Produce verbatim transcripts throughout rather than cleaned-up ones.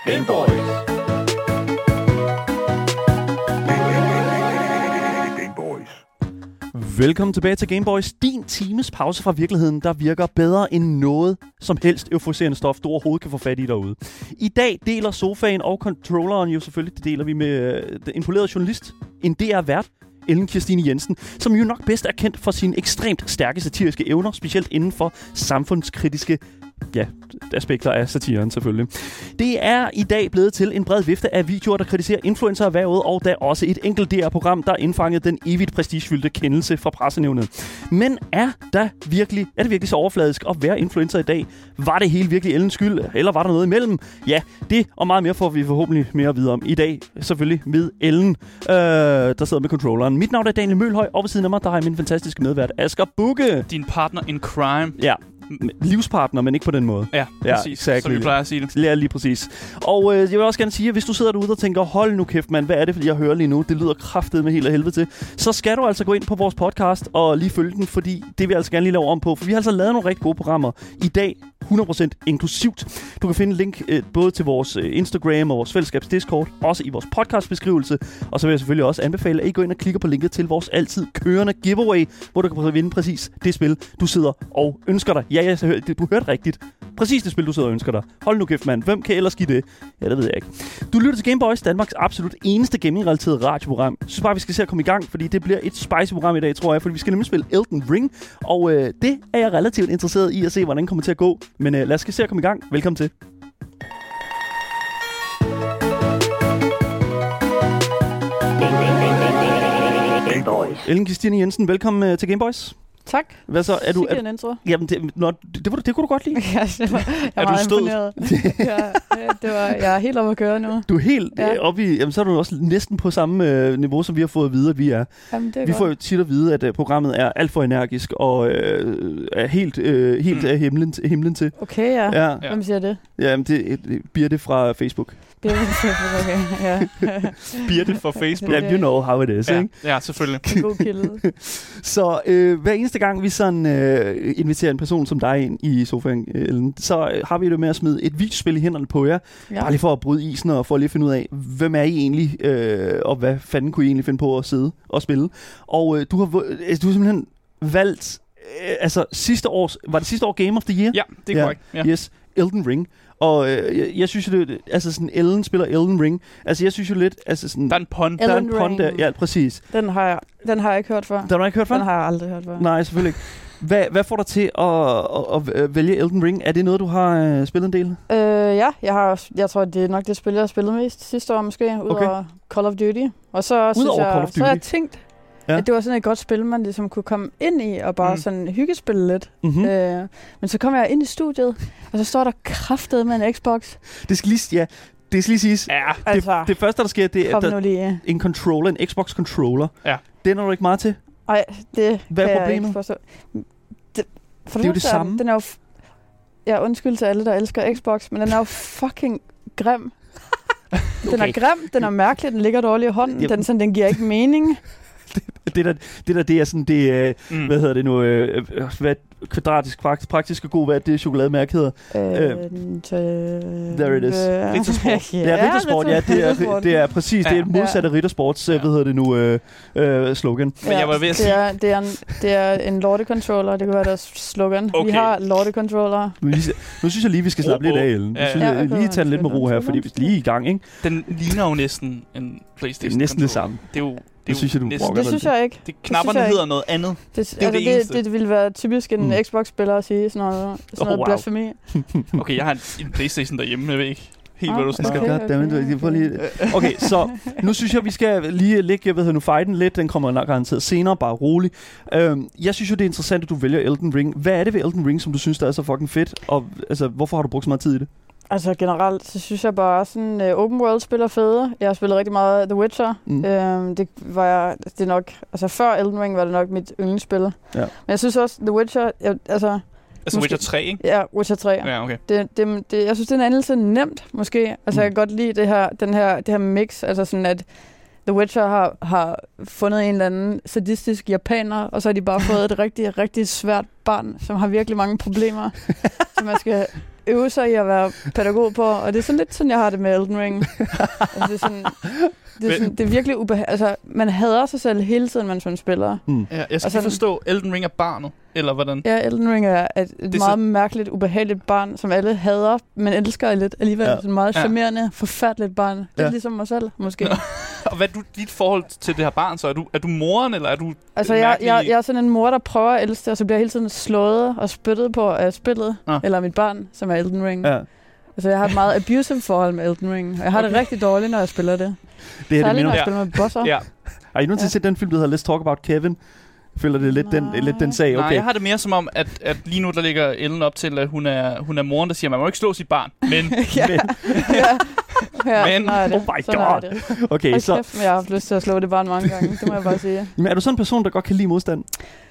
Game Boys. Game Boys. Velkommen tilbage til Game Boys. Din times pause fra virkeligheden, der virker bedre end noget som helst euforiserende stof, du overhovedet kan få fat i derude. I dag deler sofaen og controlleren jo selvfølgelig, det deler vi med uh, den imponerede journalist, en D R-vært, Ellen Kirstine Jensen, som jo nok bedst er kendt for sine ekstremt stærke satiriske evner, specielt inden for samfundskritiske ja, aspekter af satiren selvfølgelig. Det er i dag blevet til en bred vifte af videoer, der kritiserer influencererhvervet, og der også et enkelt D R-program, der indfangede den evigt prestigefyldte kendelse fra pressenævnet. Men er, der virkelig, er det virkelig så overfladisk at være influencer i dag? Var det hele virkelig Ellens skyld, eller var der noget imellem? Ja, det og meget mere får vi forhåbentlig mere at vide om i dag. Selvfølgelig med Ellen, øh, der sidder med controlleren. Mit navn er Daniel Mølhøj, og ved siden af mig, der har jeg min fantastiske medvært, Asger Bugge. Din partner in crime. Ja. Livspartner, men ikke på den måde. Ja, ja præcis. Exactly. Som vi plejer at sige det. Ja, lige præcis. Og øh, jeg vil også gerne sige, at hvis du sidder derude og tænker, hold nu kæft, mand, hvad er det, fordi jeg hører lige nu? Det lyder kraftedeme helt af helvede til. Så skal du altså gå ind på vores podcast og lige følge den, fordi det vil jeg altså gerne lige lave om på. For vi har altså lavet nogle rigtig gode programmer i dag, hundrede procent inklusivt. Du kan finde en link øh, både til vores øh, Instagram og vores fællesskabs Discord, også i vores podcastbeskrivelse. Og så vil jeg selvfølgelig også anbefale, at I går ind og klikker på linket til vores altid kørende giveaway, hvor du kan vinde præcis det spil, du sidder og ønsker dig. Ja, jeg hørte, du hørte rigtigt. Præcis det spil, du sidder og ønsker dig. Hold nu kæft, mand. Hvem kan ellers give det? Ja, det ved jeg ikke. Du lytter til Game Boys, Danmarks absolut eneste gaming-relateret radioprogram. Jeg synes bare, vi skal se at komme i gang, fordi det bliver et spicy program i dag, tror jeg. Fordi vi skal nemlig spille Elden Ring, og øh, det er jeg relativt interesseret i at se, hvordan det kommer til at gå. Men øh, lad os se at komme i gang. Velkommen til. Game Boys. Ellen Kirstine Jensen, velkommen øh, til Game Boys. Tak. Hvad så? Er du, Sikke er, en intro. jamen, det, nå, det, det, det kunne du godt lide. Ja, det var, jeg er, Er du meget stød? imponeret. ja, det var, jeg er helt oppe at køre nu. Du er helt Ja. øh, oppe i... Jamen, så er du også næsten på samme øh, niveau, som vi har fået at vide, at vi er. Jamen, det er Vi godt. får jo tit at vide, at uh, programmet er alt for energisk og øh, er helt, øh, helt Mm. af himlen, himlen til. Okay, ja. Ja, Ja. Hvem siger det? ja det, det bliver det fra Facebook. Det er okay, ja. Birte for Facebook. Ja, you know how it is, Ja, ikke? ja, selvfølgelig. En god kilde. Så øh, hver eneste gang, vi sådan øh, inviterer en person som dig ind i sofaen, Ellen, så øh, har vi det med at smide et videospil i hænderne på jer. Ja. Bare lige for at bryde isen og for lige at finde ud af, hvem er I egentlig, øh, og hvad fanden kunne I egentlig finde på at sidde og spille. Og øh, du, har, øh, du har simpelthen valgt, øh, altså sidste års, var det sidste år Game of the Year? Ja, det er Ja. korrekt. Ja. Yes, Elden Ring. Og øh, jeg, jeg synes jo, det, altså sådan, Ellen spiller Elden Ring. Altså jeg synes jo lidt, altså sådan, Der er en pun. der er en Elden pun der. Ring. Ja, præcis. Den har jeg, den har jeg ikke hørt før. Der har du ikke hørt før? Den har jeg aldrig hørt før. Nej, selvfølgelig ikke. Hvad, hvad får dig til at, at, at vælge Elden Ring? Er det noget, du har øh, spillet en del? Øh, ja, jeg, har, jeg tror, det er nok det spil, jeg har spillet mest sidste år måske, udover okay. Call of Duty. Og så synes Udover jeg, Call of så har jeg Duty? tænkt, Ja. ja. at det var sådan et godt spil, man ligesom kunne komme ind i og bare Mm. mm. sådan hyggespille lidt. Mm-hmm. Øh, men så kom jeg ind i studiet, og så står der kraftet med en Xbox. Det skal lige, ja, det skal lige siges. Ja, Altså, Det, det første, der sker, det er kom der, nu lige. en controller, en Xbox controller. Ja. Den er du ikke meget til. Ej, det Hvad er kan jeg problemet? ikke forstå. Det, for Det er jo det første samme. Den er jo... F- ja, undskyld til alle, der elsker Xbox, men den er jo fucking grim. Den Okay. er grim, den er mærkelig, den ligger dårligt i hånden, Jamen. den, sådan, den giver ikke mening. Det der, det der, det er sådan, det er, Mm. hvad hedder det nu, øh, øh, hvad kvadratisk, praktisk, praktisk og god, hvad det chokolademærke hedder. Øh, there it is. Rittersport. Ja, Rittersport, ja, det er, det er præcis, det er et Ja. modsatte Rittersports, øh, hvad hedder det nu, øh, øh, slogan. Men jeg var ved at det sige- er, det, er en, det er en lortecontroller, det kan være deres slogan. Okay. Vi har lortecontroller. Nu, lige- nu synes jeg lige, vi skal slappe Oh, lidt oh. af, Ellen. Nu Ja, synes ja. jeg, Ja, okay. lige tage den lidt med ro her, fordi vi er lige i gang, ikke? Den ligner jo næsten en PlayStation. Det er næsten det controller. samme. Det er jo... Det, er synes jeg, du næsten- brokker Det synes jeg ikke. Det, knapperne jeg hedder ikke. noget andet. Det, er jo altså, det eneste. det, det ville være typisk en Mm. mm. Xbox-spiller at sige sådan noget, sådan Oh, noget wow. blasfemi. Okay, jeg har en, en PlayStation derhjemme, jeg ved ikke helt, hvad du Ah, snakker Okay, om. okay. goddammit, jeg får lige... Okay, så nu synes jeg, vi skal lige lægge, jeg ved nu, fighten lidt. Den kommer nok garanteret senere, bare rolig. Øhm, jeg synes jo, det er interessant, at du vælger Elden Ring. Hvad er det ved Elden Ring, som du synes, der er så fucking fedt? Og altså, hvorfor har du brugt så meget tid i det? Altså generelt, så synes jeg bare, sådan uh, open world spiller fede. Jeg har spillet rigtig meget The Witcher. Mm. Mm. Øhm, det var jeg, det er nok, altså før Elden Ring var det nok mit yndlingsspil. Ja. Men jeg synes også, The Witcher, jeg, altså... Altså Måske- Witcher tre, ikke? Ja, Witcher tre. Ja, okay. Det, det, det, jeg synes, det er en anelse nemt, måske. Altså, Mm. mm. jeg kan godt lide det her, den her, det her mix. Altså sådan, at The Witcher har, har fundet en eller anden sadistisk japaner, og så har de bare fået et rigtig, rigtig svært barn, som har virkelig mange problemer, som man skal øve sig i at være pædagog på, og det er sådan lidt sådan, jeg har det med Elden Ring. Altså, det er sådan... Det er, sådan, det er virkelig ubehageligt. Altså, man hader sig selv hele tiden, mens man spiller. Mm. Ja, jeg skal sådan, lige forstå, Elden Ring er barnet, eller hvordan? Ja, Elden Ring er et, et meget så... mærkeligt, ubehageligt barn, som alle hader, men elsker lidt alligevel. Ja. Sådan meget charmerende, ja. forfærdeligt barn. Det er ja. ligesom mig selv, måske. Og hvad er du, dit forhold til det her barn så? Er du, er du moren, eller er du Altså, jeg, jeg, jeg er sådan en mor, der prøver at elske det, og så bliver jeg hele tiden slået og spyttet på af spillet, ja. eller mit barn, som er Elden Ring. Ja. Altså, jeg har et meget abusive forhold med Elden Ring, og jeg har okay. det rigtig dårligt, når jeg spiller det. Det er Særligt, det, når jeg spiller med bosser. Ja. Har I nogensinde ja. set den film, der hedder Let's Talk About Kevin? Føler det lidt den, lidt den sag? Okay. Nej, jeg har det mere som om, at, at lige nu der ligger Ellen op til, at hun er, hun er moren, der siger, at man må ikke slå sit barn. Men... ja. men. ja. ja. men. Oh my sådan god. Okay, og så... kæft, jeg har haft lyst til at slå det barn mange gange. Det må jeg bare sige. Men er du sådan en person, der godt kan lide modstand?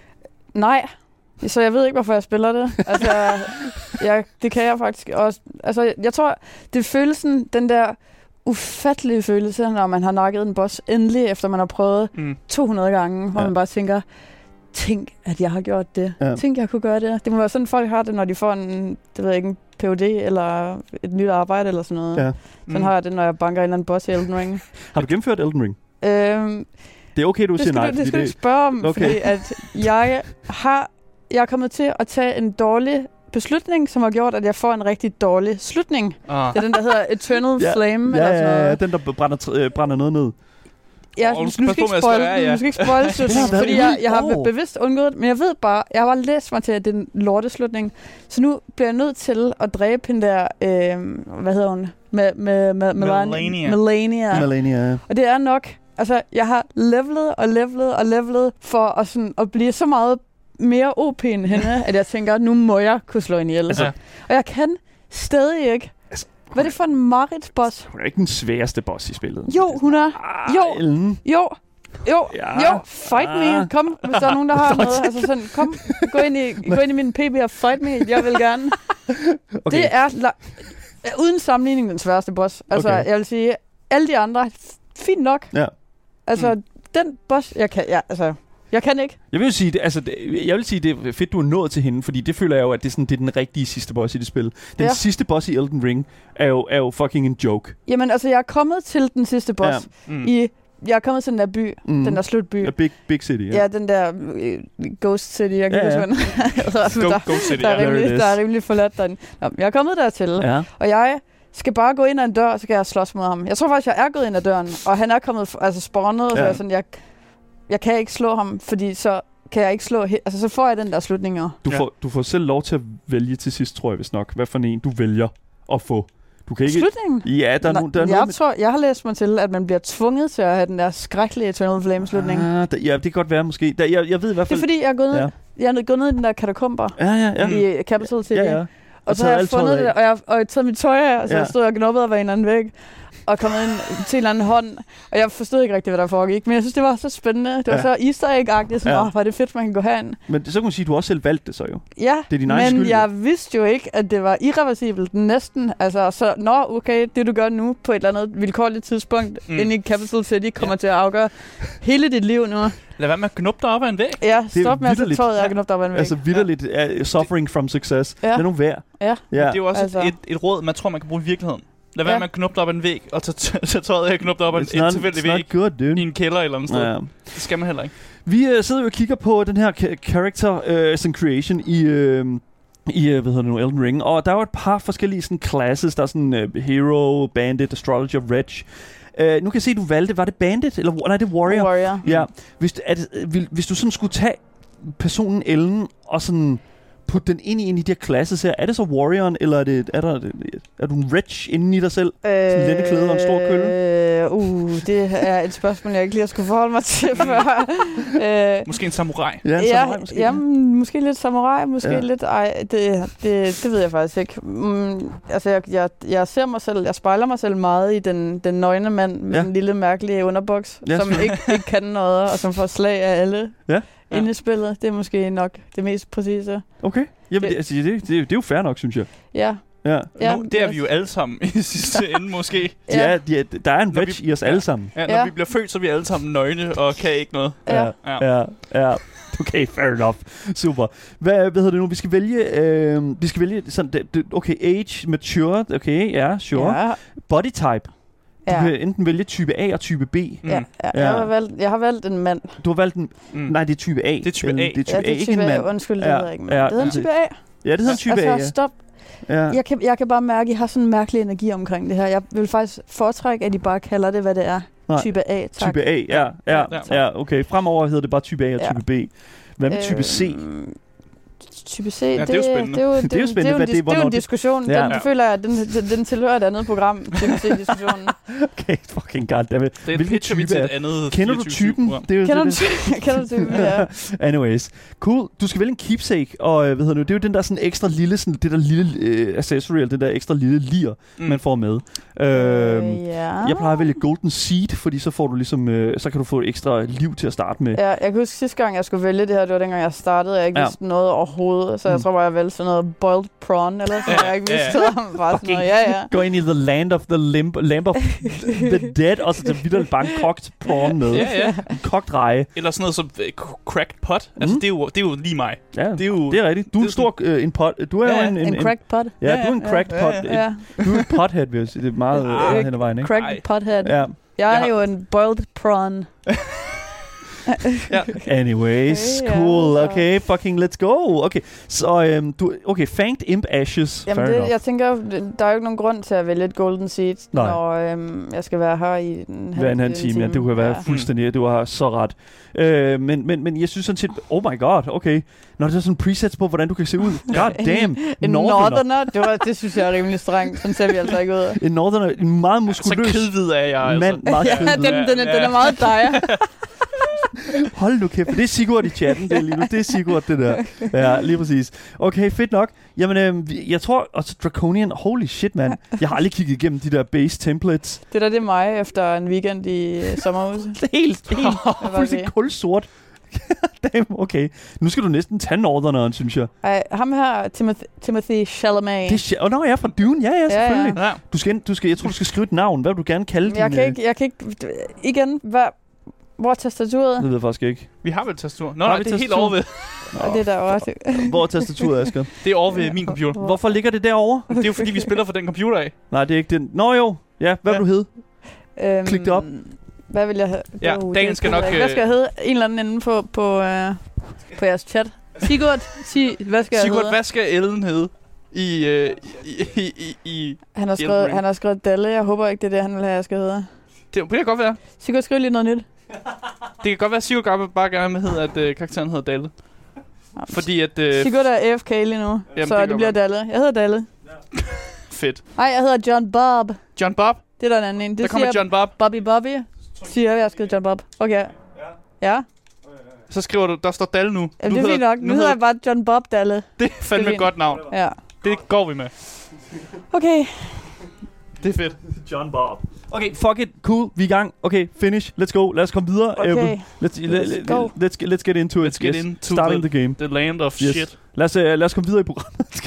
Nej. Så jeg ved ikke, hvorfor jeg spiller det. Altså, jeg, det kan jeg faktisk også. Altså, jeg tror, det føles sådan, den der ufattelige følelse, når man har nakket en boss endelig, efter man har prøvet mm. to hundrede gange, hvor ja. man bare tænker, tænk, at jeg har gjort det. Ja. Tænk, jeg kunne gøre det. Det må være sådan, folk har det, når de får en, det ved jeg ikke, en P H D eller et nyt arbejde eller sådan noget. Ja. Sådan mm. har jeg det, når jeg banker en eller anden boss i Elden Ring. Har du gennemført Elden Ring? Øhm, det er okay, du siger nej. Du, det skal du det... spørge om, okay. fordi at jeg har, jeg er kommet til at tage en dårlig beslutning, som har gjort, at jeg får en rigtig dårlig slutning. Ah. Det er den, der hedder Eternal ja. Flame. Ja, eller sådan noget. Ja, den, der brænder, øh, brænder noget ned. Ja, oh, du skal ikke spoil den, ja. Du skal ikke spoil slutningen, fordi jeg, jeg har oh. bevidst undgået men jeg ved bare, jeg har bare læst mig til, at det er en lorteslutning. Så nu bliver jeg nødt til at dræbe hende der, øh, hvad hedder hun? Med, med, med, Melania. Melania. Melania. Og det er nok, altså, jeg har levelet og levelet og levelet for at, sådan, at blive så meget mere O P end hende, at jeg tænker, nu må jeg kunne slå hende ihjel. Altså. Og jeg kan stadig ikke. Altså, hvad er det for en Marit-boss? Hun er ikke den sværeste boss i spillet. Jo, hun er. Ah, jo, Ellen. jo, jo, ja. jo, fight me. Kom, hvis der er nogen, der har noget. Altså sådan, kom, gå ind i, gå ind i min P B og fight me. Jeg vil gerne. Okay. Det er la- uden sammenligning den sværeste boss. Altså, okay. jeg vil sige, alle de andre, fint nok. Ja. Altså, mm. den boss, jeg kan, ja, altså... Jeg kan ikke. Jeg vil sige, det, altså, det, jeg vil sige, det er fedt, du er nået til hende, fordi det føler jeg jo, at det er, sådan, det er den rigtige sidste boss i det spil. Den ja. sidste boss i Elden Ring er jo, er jo fucking en joke. Jamen, altså, jeg er kommet til den sidste boss ja. mm. i... Jeg er kommet til den der by, mm. den der slutby. Ja, big, big city, ja. Ja, den der uh, Ghost City, jeg kan ja, ja. huske, Go, der, Ghost City, der, ja. er rimelig, der er rimelig forladt derinde. Nå, jeg er kommet dertil, ja. og jeg skal bare gå ind ad en dør, og så skal jeg slås mod ham. Jeg tror faktisk, jeg er gået ind ad døren, og han er kommet, altså spawnet, ja. så jeg sådan, jeg, jeg kan ikke slå ham, fordi så kan jeg ikke slå... He- altså, så får jeg den der slutninger. Du får, du får selv lov til at vælge til sidst, tror jeg, hvis nok, hvad for en du vælger at få. Du kan ikke... Slutningen? Ja, der er, Nå, no, der er jeg noget... Med... tror, jeg har læst mig til, at man bliver tvunget til at have den der skrækkelige Eternal Flame-slutning. Ah, der, ja, det kan godt være, måske. Der, jeg, jeg ved i hvert fald... Det er fordi, jeg er gået ned, ja. jeg er gået ned i den der katakomber. Ja, ja, ja. I Capital City. Ja, ja. Og, og så har jeg fundet det, og jeg har taget mit tøj af, og så ja. jeg stod og gnubbede af en eller anden væg. Og kommet ind til en eller anden hånd, og jeg forstod ikke rigtig, hvad der foregik, men jeg synes, det var så spændende. Det var ja. så easter egg-agtigt, sådan, ja. åh, var det fedt, man kan gå herind. Men så kan man sige, at du også selv valgte det så jo. Ja, det er din men skyld, jeg vidste jo ikke, at det var irreversibelt næsten. Altså, så nå, okay, det du gør nu på et eller andet vilkårligt tidspunkt mm. inde i Capital City kommer ja. til at afgøre hele dit liv nu. Lad være med at knuppe dig op af en væg. Ja, stop med at tage tøjet og knuppe dig op af en væg. Altså vitterligt ja. uh, suffering from success. Ja. Det er nogle værd. Ja. Ja. Det er jo også altså. et, et råd, man tror, man kan bruge i virkeligheden. Lad være ja. med at knuppe op af en væg, og tage tøjet og knuppe op af en tilfældig væg good, i en kælder eller andet sted. Ja. Det skal man heller ikke. Vi uh, sidder jo og kigger på den her ka- character uh, creation i... Uh, i, hvad hedder det nu, Elden Ring. Og der er jo et par forskellige sådan classes. Der er sådan uh, Hero, Bandit, Astrologer, Wretch. Uh, nu kan jeg se, at du valgte, var det Bandit? Eller nej, det er Warrior. Warrior. Ja. Hvis, er det, vil, hvis du sådan skulle tage personen Ellen og sådan putte den ind i en af de her classes her, er det så Warrioren, eller er, det, er, der, er du en Wretch inden i dig selv? Øh, sådan en lændeklæde og en stor kølle? Uh, det er et spørgsmål, jeg ikke lige har skulle forholde mig til før. øh, måske en samurai? Ja, en ja, samurai måske. Ja, måske lidt samurai, måske ja. lidt... Ej, det, det, det ved jeg faktisk ikke. Mm, altså, jeg, jeg, jeg ser mig selv, jeg spejler mig selv meget i den, den nøgne mand med ja. den lille mærkelige underboks, ja. som ikke, ikke kan noget, og som får slag af alle. Ja. Ja. Inde i spillet, det er måske nok det mest præcise. Okay. Jamen, det, altså, det, det, det er jo fair nok, synes jeg. Ja. Ja. ja. Nu, det er vi jo alle sammen i sidste ende, måske. Ja, ja, der er en wedge i os alle sammen. Ja, når ja. vi bliver født, så er vi alle sammen nøgne og kan ikke noget. Ja, ja, ja. ja. Okay, fair enough. Super. Hvad, hvad hedder det nu? Vi skal vælge, øh, vi skal vælge sådan, det, det, okay, age, mature, okay, ja, sure. Ja. Body type. Du Ja. kan enten vælge type A og type B. Mm. Ja, ja, Ja. jeg, har valgt, jeg har valgt en mand. Du har valgt en... Mm. Nej, det er type A. Det er type A. Det er type Ja, A, det er ikke type en A. mand. Undskyld, det Ja, hedder ikke mand. ja, Det hedder en altså- type A. Ja, det hedder en type A, Altså, ja. stop. ja. Jeg kan, jeg kan bare mærke, at I har sådan en mærkelig energi omkring det her. Jeg vil faktisk foretrække, at I bare kalder det, hvad det er. Nej. Type A, tak. Type A, ja, ja, Ja. ja, okay. Fremover hedder det bare type A og Ja. type B. Hvad med type C? Øhm, Type C, det er jo spændende. Det er jo, Det er jo spændende, det er jo, hvad en, det er, dis- det er jo hvornår en det- diskussion. Ja. Den, Ja. føler jeg, at den, den, den tilhører et andet program, Type C-diskussionen. Okay, fucking goddammit. Det Hvilken pitcher vi type til er- et andet Kender du fireogtyve syv typen? program. Det er jo Kender du det, typen? Kender du typen? Ja. Anyways. Cool. Du skal vælge en keepsake, og øh, hvad hedder det, det er jo den der sådan ekstra lille, sådan, det der lille øh, accessory, eller det der ekstra lille lir, mm. man får med. Øh, Øh, ja. Jeg plejer at vælge Golden Seed, fordi så får du ligesom, øh, så kan du få ekstra liv til at starte med. Ja, jeg kan huske sidste gang, jeg skulle vælge det her, det var dengang, jeg startede, og jeg ikke Ja. vidste noget overhovedet. Så jeg Mm. tror bare, jeg valgte sådan noget boiled prawn, eller sådan noget, jeg ikke Ja, vidste ja. noget om. Bare sådan noget, ja, ja. Gå ind i the land of the limb, lamp of the dead, og så tager vi bare en kogt prawn med. Ja, ja. En kogt reje. Eller sådan noget som uh, cracked pot. Altså, Mm. det, er jo, det er jo lige mig. Ja, Det er jo... det er rigtigt. Du er en det er stor øh, en pot. Du er Ja, jo en, en, En cracked pot. Ja, du er en Ja, cracked ja, pot. ja, Ja, Du er en pothead, vil jeg sige. Det er meget Ah, øh, hen ad vejen, ikke? cracked Ej. pothead. Ja. Jeg Jeg er har- jo en boiled prawn. Ja. Anyways, Okay, ja, cool. så- Okay, fucking let's go. Okay, så øhm, du, okay, Fanged Imp Ashes. Jamen, Fair det, enough. jeg tænker, der er jo ikke nogen grund til at vælge et golden seed, Nej. når øhm, jeg skal være her i en Hver en halv time, ja, det kunne være ja. fuldstændig, du har så ret. Øh, men, men, men jeg synes sådan set, oh my god, okay. Når der er sådan presets på, hvordan du kan se ud. God damn, En northerner. northerner, det, var, det synes jeg er rimelig strengt. Sådan ser vi altså ikke ud. En northerner, en meget Så muskuløs kridhvid er jeg, altså. mand, meget Ja, kridhvid. den, den, er, den er meget dig. Hold nu kæft, det er Sigurd i chatten, det er lige nu. Det er Sigurd, det der. Ja, lige præcis. Okay, fedt nok. Jamen, øh, vi- jeg tror også Draconian, holy shit, mand. Jeg har aldrig kigget igennem de der base templates. Det der, det er mig efter en weekend i øh, sommerhuset. Det er helt, helt bare fuldstændig sige. kulsort. Damn, okay. Nu skal du næsten tage Northerneren, synes jeg. Ej, ham her, Timothy, Timothy Chalamet. Det er shit. Åh, nå, jeg er fra Dune. Ja, ja, Ja, selvfølgelig. Ja. Du skal, ind- du skal, jeg tror, du skal skrive et navn. Hvad vil du gerne kalde jeg din... kan øh, ikke, jeg kan ikke, igen, hvad, hvor er tastaturet? Det ved jeg faktisk ikke. Vi har vel tastatur? Nå, Har nej, vi det er helt tastatur? over ved. Og det er der også. Hvor er tastaturet, Asger? Det er over ved min computer. Hvorfor ligger det derovre? Det er jo fordi, vi spiller for den computer af. Nej, det er ikke den. Nå jo. Ja, hvad Ja. vil du hedde? Øhm, Klik det op. Hvad vil jeg have? Ja, Uh, dagen det skal ved jeg nok, ikke. Hvad skal jeg øh, hedde? En eller anden inde på, på, øh, på jeres chat. Sigurd, sig, hvad skal jeg Sigurd, hedde? hvad skal Ellen hedde? I, øh, i, i, i, i... Han har, Elden skrevet, Ring? han har skrevet Dalle. Jeg håber ikke, det er det, han vil have, jeg skal hedde. Det, det kan godt være. Sigurd, skriv lige noget nyt. Det kan godt være, at Sigurd bare- bare gerne vil hedde, at øh, karakteren hedder Dalle. Fordi at... Øh, Sigurd er A F K lige nu, det så kan det godt bliver være. Dalle. Jeg hedder Dalle. fedt. Nej, jeg hedder John Bob. John Bob. Det er der en anden en. Der Det kommer siger John Bob. Bobby Bobby. Siger jeg, jeg skal hedde John Bob. Okay. Ja. Så skriver du, der står Dalle nu. Jamen, Nu det er fint nok. Nu hedder jeg bare John Bob Dalle. Det er fandme Det er et godt navn. Ja. Det går vi med. Okay. Det er fedt. John Bob. Okay, fuck it. Cool. Vi er i gang. Okay, finish. Let's go. Lad os komme videre. Okay. Uh, let's, Let's go. let's, let's, let's get into it. Let's get Yes. into Starting the- the game. The land of Yes. shit. Lad os, uh, lad os komme videre i programmet.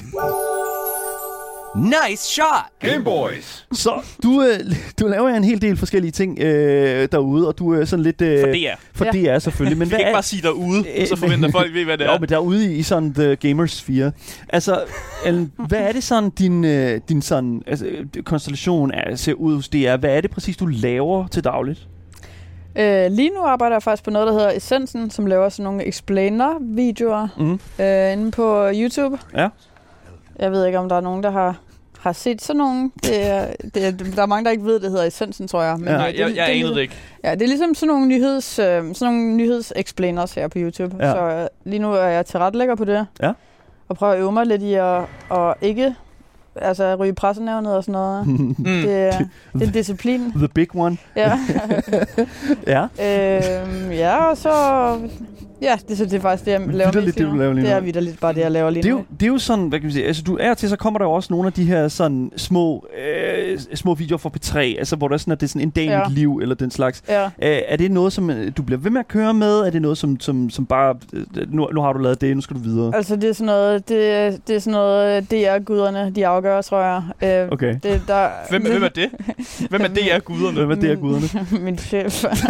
Nice shot! Game Boys. Så du, øh, du laver en hel del forskellige ting øh, derude, og du er sådan lidt... Øh, For det er. For Ja. det er selvfølgelig. Men Vi hvad kan ikke er, bare sige derude, så forventer folk ved, hvad det jo, er. men derude i, i sådan the gamersphere. Altså, Ellen, hvad er det sådan, din, øh, din sådan, altså, øh, konstellation er, ser ud hos D R? Hvad er det præcis, du laver til dagligt? Øh, lige nu arbejder jeg faktisk på noget, der hedder Essensen, som laver sådan nogle explainer-videoer Mm. øh, inde på YouTube. Ja. Jeg ved ikke, om der er nogen, der har, har set sådan nogle. Det er, det er, der er mange, der ikke ved, det hedder Essensen, tror jeg. Men Ja. øh, Nej, det, jeg, jeg det, anede det ikke. Ja, det er ligesom sådan nogle, nyheds, øh, sådan nogle nyheds-explainers her på YouTube. Ja. Så øh, lige nu er jeg tilrettelægger på det. Ja. Og prøver at øve mig lidt i at, at ikke altså, ryge pressenævnet og sådan noget. Mm. Det, er- det er disciplin. The big one. Ja. Ja. øhm, ja, og så... Ja, det, så det er faktisk det, jeg laver Vitterligt mest det, lige du nu. laver lige Det er nu. vitterligt bare det, jeg laver lige Det er, nu. jo, det er jo sådan, hvad kan vi sige, altså du er til, så kommer der jo også nogle af de her sådan små, øh, små videoer fra P tre, altså hvor der er sådan, at det er sådan en dag i Ja. mit liv, eller den slags. Ja. Øh, er det noget, som øh, du bliver ved med at køre med? Er det noget, som, som, som bare, øh, nu, nu har du lavet det, nu skal du videre? Altså, det er sådan noget, det, det er sådan noget, det er guderne, de afgør, tror jeg. Øh, Okay. det, der, Hvem, hvem er det? Hvem er det, er guderne? Hvad er det, er guderne? Min chef.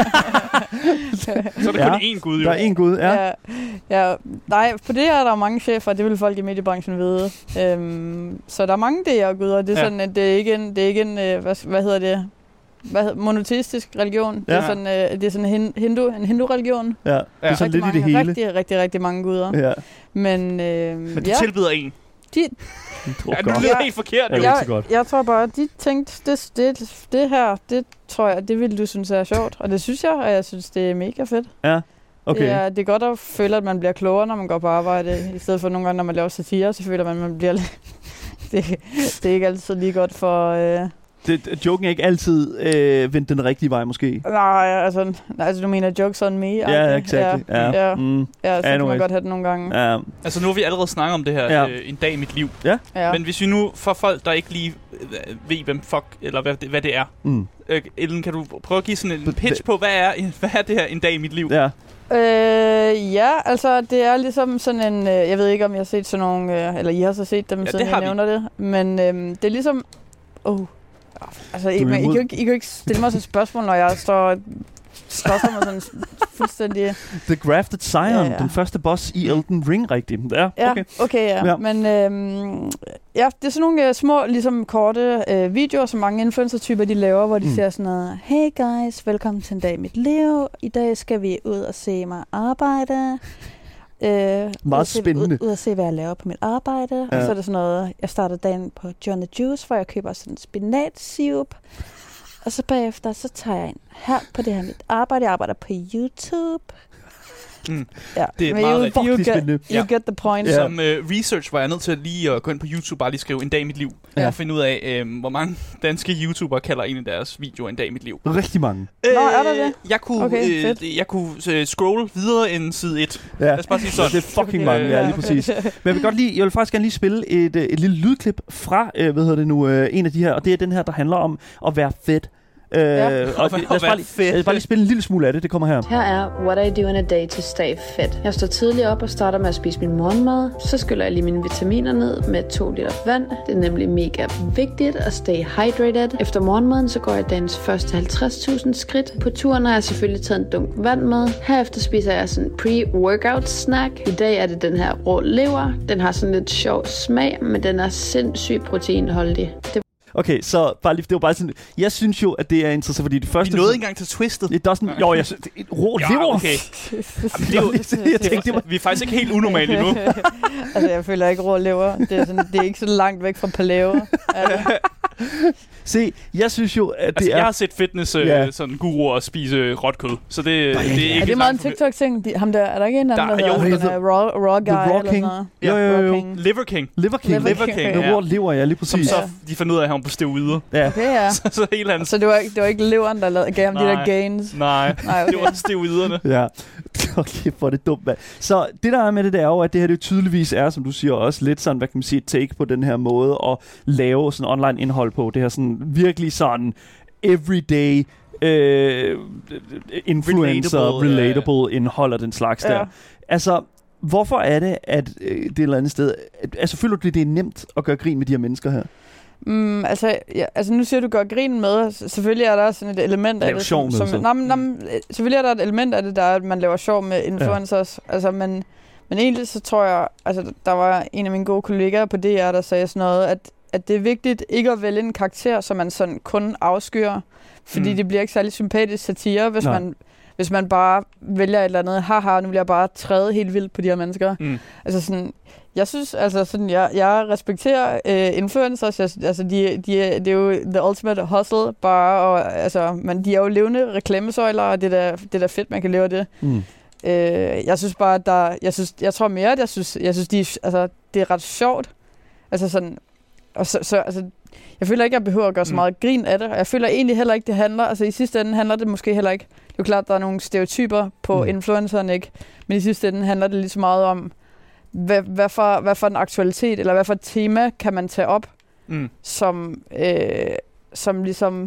Så er der kun Ja. én gud, jo. Der er én gud, ja. ja, ja. Nej, på det er der mange chefer, det vil folk i mediebranchen vide. Øhm, så der er mange D R-guder. Det er Ja. sådan, at det er ikke en, det er ikke en øh, hvad, hvad hedder det? Hvad hedder, monoteistisk religion. Det Ja. er sådan, øh, det er sådan en hindu, en hindu-religion. Ja, det er sådan lidt i det hele. Rigtig, rigtig, rigtig mange guder. Ja, Men, øh, Men de ja, tilbyder en. de, det tror Ja, jeg du godt. lyder Ja. helt forkert. Ja, jo. det er ikke jeg, så godt. jeg tror bare, de tænkte, det, det, det her, det tror jeg, det ville du synes er sjovt. Og det synes jeg, og jeg synes, det er mega fedt. Ja, okay. Det, er, det er godt at føle, at man bliver klogere, når man går på arbejde. I stedet for nogle gange, når man laver satire, så føler man, at man bliver lidt... det, det er ikke altid lige godt for... Øh... Det, joken er ikke altid øh, vendt den rigtige vej, måske. Nej, altså, nej, altså du mener jokes on me? Ja, exakt. Ja, Ja, ja. Mm, ja, så kan man Anyways. godt have det nogle gange. ja. Altså nu har vi allerede snakket om det her Ja. øh, en dag i mit liv. Ja. Men hvis vi nu, for folk, der ikke lige øh, ved, hvem fuck, eller hvad det, hvad det er. Mm. Øh, Ellen, kan du prøve at give sådan en But- pitch på, hvad er, hvad er det her en dag i mit liv? ja. Øh, ja, altså det er ligesom sådan en... Øh, jeg ved ikke, om jeg har set sådan nogle... Øh, eller I har så set dem, Ja, siden det har jeg vi. nævner det. Men øh, det er ligesom... Oh, altså, I, er men, I, kan imod- jo ikke, I kan jo ikke stille mig sådan et spørgsmål, når jeg står... Slås mig sådan fuldstændig... The Grafted Scion, Ja, ja. den første boss i Elden Ring, rigtigt. Ja, Ja, okay. okay, ja. Ja. ja. Men øhm, ja, det er sådan nogle øh, små, ligesom korte øh, videoer, som mange influencer-typer de laver, hvor de Mm. mm. siger sådan noget: Hey guys, velkommen til en dag i mit liv. I dag skal vi ud og se mig arbejde. Øh, ud Meget at se, spændende. Ud, ud at se, hvad jeg laver på mit arbejde. Ja. Og så er det sådan noget, jeg starter dagen på John the Juice, hvor jeg køber sådan en spinatsirup. Og så bagefter, så tager jeg ind her på det her mit arbejde. Jeg arbejder på YouTube. Mm. Ja, Det er men meget you, rigtigt. you, Fuck, det er get, spændende. you Ja. get the point. Ja. Som øh, research var jeg nødt til lige at gå ind på YouTube, bare lige skrive en dag i mit liv. Ja. Ja. Og finde ud af, øh, hvor mange danske YouTubere kalder en af deres videoer en dag i mit liv. Rigtig mange. Nå, er der det? Jeg kunne, Okay, øh, fedt. jeg kunne øh, scrolle videre end side et. Ja. Lad os bare sige sådan. Det er fucking mange, ja, lige præcis. Men jeg vil godt lige, jeg vil faktisk gerne lige spille et, øh, et lille lydklip fra, øh, hvad hedder det nu, øh, en af de her, og det er den her, der handler om at være fedt. Øh, Ja. og At lad os være bare lige, fedt. lad os bare lige spille en lille smule af det, det kommer her. Her er What I Do in a Day to Stay Fit. Jeg står tidligt op og starter med at spise min morgenmad. Så skyller jeg lige mine vitaminer ned med to liter vand. Det er nemlig mega vigtigt at stay hydrated. Efter morgenmaden så går jeg dagens første halvtreds tusind skridt. På turen har jeg selvfølgelig taget en dunk vand med. Herefter spiser jeg sådan en pre-workout snack. I dag er det den her rå lever. Den har sådan lidt sjov smag, men den er sindssygt proteinholdig. Det Okay, så bare lige, det var bare sådan, jeg synes jo, at det er interessant, fordi det Vi første... nåede ikke engang til twistet. Det er sådan, jo, jeg synes, det er et rå Ja, lever. okay. Jamen, det er jo, jeg tænkte, det var... Vi er faktisk ikke helt unormale endnu. Altså, jeg føler ikke rå lever. Det er, sådan, det er ikke så langt væk fra paleo. Altså, Se, jeg synes jo, at det Altså, er... jeg har set fitness øh, Ja. sådan guruer spise råt kød, så det, det er ikke er det meget en langt fra- TikTok-ting? De, ham der, er der ikke en anden, Der- der jo, hedder det den er raw, raw guy The Raw eller King. sådan noget? Jo, jo, jo, jo. Raw King. Liver King, Liver King. Liver Liver King. King, Med ja. rå lever, ja, lige som præcis. så de fandt ud af, at han var på steroider. Ja. Okay, ja. Så, så hele hans... Så det var, ikke, det var ikke leveren, der lavede, gav ham de Nej. der gains? Nej, Nej, det okay. var steroiderne. Ja, okay, for det dumt, mand. Så det der er med det, det er jo, at det her det tydeligvis er, som du siger, også lidt sådan, hvad kan man sige, et take på den her måde at lave sådan online indhold på. Det her sådan virkelig sådan everyday øh, influencer, Relatable, relatable, ja, relatable indhold og den slags Ja. der. Altså, hvorfor er det, at øh, det er et eller andet sted... at- Altså, føler du, det er nemt at gøre grin med de her mennesker her? Mm, altså, ja, altså, nu siger du, gør grin med. S- Selvfølgelig er der også sådan et element af Lav det. sjov med, som, så. som, nam, nam, selvfølgelig er der et element af det, der er, at man laver sjov med influencers. Ja. Altså, men, men egentlig så tror jeg, altså, der var en af mine gode kollegaer på D R, der sagde sådan noget, at, at det er vigtigt ikke at vælge en karakter, som man sådan kun afskyer. Fordi Mm. mm. det bliver ikke særlig sympatisk satire, hvis Nej. man, hvis man bare vælger et eller andet, haha, nu vil jeg bare træde helt vildt på de her mennesker. Mm. Altså sådan, jeg synes, altså sådan, jeg, jeg respekterer øh, influencers, jeg, altså de, de, det er jo the ultimate hustle, bare, og altså, man, de er jo levende reklamesøjler, og det er da, det er da fedt, man kan leve af det. Mm. Øh, jeg synes bare, at der, jeg synes, jeg tror mere, at jeg synes, jeg synes, de, er- altså, det er ret sjovt. Altså sådan, og så, så altså, jeg føler ikke, jeg behøver at gøre så Mm. meget grin af det, og jeg føler egentlig heller ikke, det handler, altså i sidste ende handler det måske heller ikke, det er jo klart, der er nogle stereotyper på Mm. mm. influenceren, ikke? Men i sidste ende handler det lige så meget om, hvad, hvad, for, hvad for en aktualitet, eller hvad for et tema kan man tage op, Mm. som, øh, som ligesom,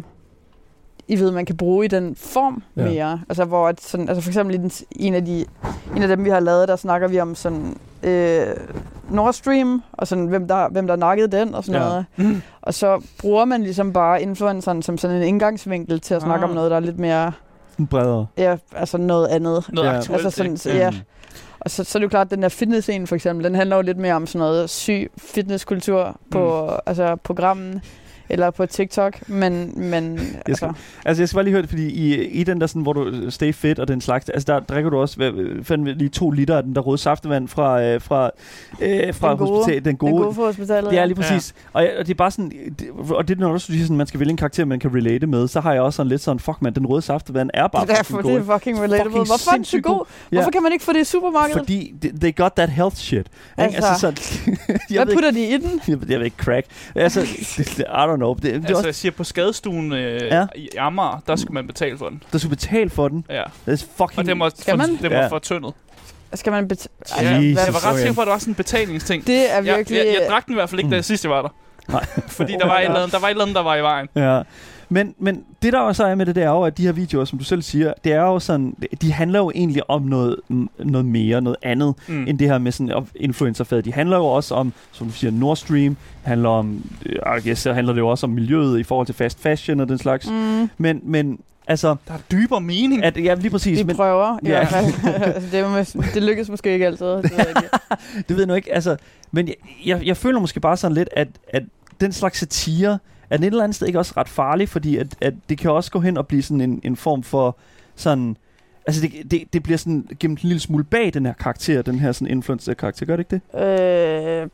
I ved, man kan bruge i den form Ja. ja. mere. Altså, hvor at sådan, altså for eksempel i den, en, af de, en af dem, vi har lavet, der snakker vi om sådan øh, Nord Stream, og sådan, hvem der, hvem der nakkede den, og sådan Ja. noget. Mm. Og så bruger man ligesom bare influenceren som sådan en indgangsvinkel til at snakke Ah. om noget, der er lidt mere Bredere. Ja, altså noget andet. Noget Ja. aktuelt, Altså sådan, ikke? så, ja. Og så, så er det jo klart, at den der fitness-scene for eksempel, den handler jo lidt mere om sådan noget syg fitnesskultur på mm. altså programmen eller på TikTok, men, men Jeg skal, altså... altså, jeg skal bare lige høre det, fordi i, i den der sådan, hvor du stay fit og den slags, altså der drikker du også hvad, fandme, lige to liter af den der røde saftevand fra, øh, fra, øh, fra den gode, hospitalet. Den gode. Den gode fra hospitalet, ja. lige præcis. Ja. Og, og det er bare sådan, det, og det er når du siger sådan, man skal vælge en karakter, man kan relate med, så har jeg også sådan lidt sådan, fuck man, den røde saftevand er bare det er derfor, det er fucking relatable. Fucking Hvorfor er den så god? Ja. Hvorfor kan man ikke få det i supermarkedet? Fordi they got that health shit. Altså, altså sådan, hvad putter de i den? Jeg, jeg ved ikke, crack. Altså, det, I don't know. Det, det altså, også, jeg siger, på skadestuen øh, ja. i Amager, der skal man betale for den. Der skal betale for den? Ja. Det er fucking... Og det må, skal man? det må ja. for tyndet. Skal man betale? Ja, Jesus. jeg var ret sikker på, at det var sådan en betalingsting. Det er virkelig... Jeg, jeg, jeg drak den i hvert fald ikke, da jeg sidst jeg var der. Nej. Fordi der var, et eller andet, der var et eller andet, der var i vejen. Ja. Men, men det der også er med det, det er jo, at de her videoer, som du selv siger, det er jo sådan, de handler jo egentlig om noget, noget mere, noget andet, mm. end det her med sådan influencerfaget. De handler jo også om, som du siger, Nord Stream, handler om, I guess, så handler det jo også om miljøet i forhold til fast fashion og den slags. Mm. Men, men altså... Der er dybere mening. At, ja, lige præcis. De men, prøver. Ja. Ja. altså, det, er, det lykkes måske ikke altid. Det ved jeg ikke. det ved jeg nu ikke. Altså, men jeg, jeg, jeg føler måske bare sådan lidt, at, at den slags satire, er den et eller andet sted ikke også ret farlig, fordi at, at det kan også gå hen og blive sådan en, en form for sådan... Altså, det, det, det bliver sådan gemt en lille smule bag den her karakter, den her sådan influencer-karakter. Gør det ikke det? Øh,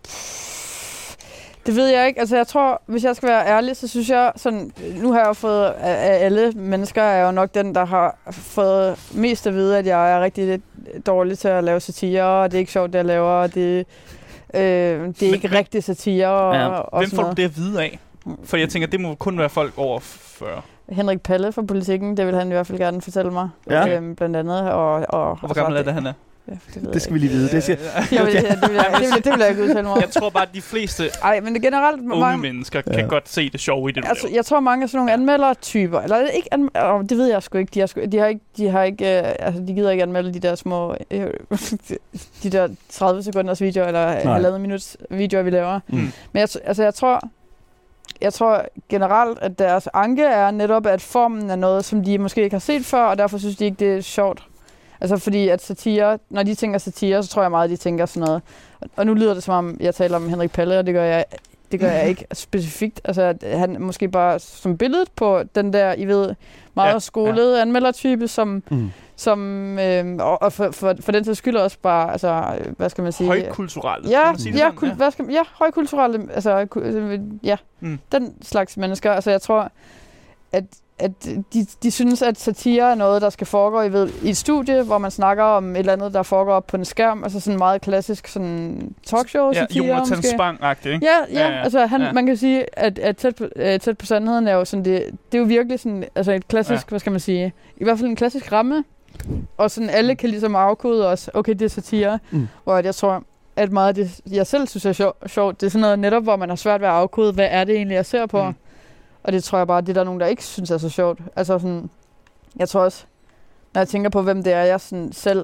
det ved jeg ikke. Altså, jeg tror, hvis jeg skal være ærlig, så synes jeg sådan... Nu har jeg jo fået... Af alle mennesker er jeg jo nok den, der har fået mest at vide, at jeg er rigtig dårlig til at lave satire, og det er ikke sjovt, det jeg laver, og det, øh, det er men, ikke men, rigtig satire. Og, ja. og Hvem får du det at vide af? For jeg tænker, det må kun være folk over fyrre. Henrik Palle fra Politikken, det vil han i hvert fald gerne fortælle mig. Ja. Øhm, blandt andet. Og, og, og hvor gammel er det, han er? Ja, det, det skal vi lige vide. Det, siger, jeg vil, det, vil, det, vil, det vil jeg ikke udtale mig. Jeg tror bare, at de fleste Ej, men det generelt unge mange, mennesker ja. kan godt se det sjove i det, altså, jeg tror, mange af sådan nogle anmeldertyper, eller ikke anmelder, det ved jeg sgu ikke, de har, sgu, de har ikke, de har ikke, øh, altså de gider ikke anmelde de der små, øh, de der tredive sekunders videoer, eller halvandet minuts videoer, vi laver. Mm. Men jeg, altså, jeg tror, Jeg tror generelt, at deres anke er netop, at formen er noget, som de måske ikke har set før, og derfor synes de ikke, det er sjovt. Altså fordi, at satire, når de tænker satire, så tror jeg meget, at de tænker sådan noget. Og nu lyder det som om, jeg taler om Henrik Palle, og det gør jeg, det gør jeg ikke specifikt. Altså, at han måske bare som billedet på den der, I ved, meget ja, skolede ja. anmeldertype, som... Mm. som øh, og for, for, for den til skyld også bare, altså, hvad skal man sige? Højkulturelle. Ja, ja, kul- ja. Hvad skal man, ja, højkulturelle, altså, ja, mm. den slags mennesker. Altså, jeg tror, at, at de, de synes, at satire er noget, der skal foregå i, ved, i et studie, hvor man snakker om et eller andet, der foregår op på en skærm, altså sådan meget klassisk sådan talkshow-satire. Ja, Jonathan Spang-agtigt, ikke? Ja, ja, ja, ja, altså han, ja. Man kan sige, at, at tæt, på, uh, tæt på sandheden er jo sådan, det, det er jo virkelig sådan, altså et klassisk, ja. Hvad skal man sige, i hvert fald en klassisk ramme, og sådan alle kan ligesom afkode også, okay, det er satire, mm. hvor jeg tror, at meget af det, jeg selv synes er sjov, sjovt, det er sådan noget netop, hvor man har svært ved at afkode, hvad er det egentlig, jeg ser på. Mm. Og det tror jeg bare, det er der nogen, der ikke synes er så sjovt. Altså sådan, jeg tror også, når jeg tænker på, hvem det er, jeg sådan selv,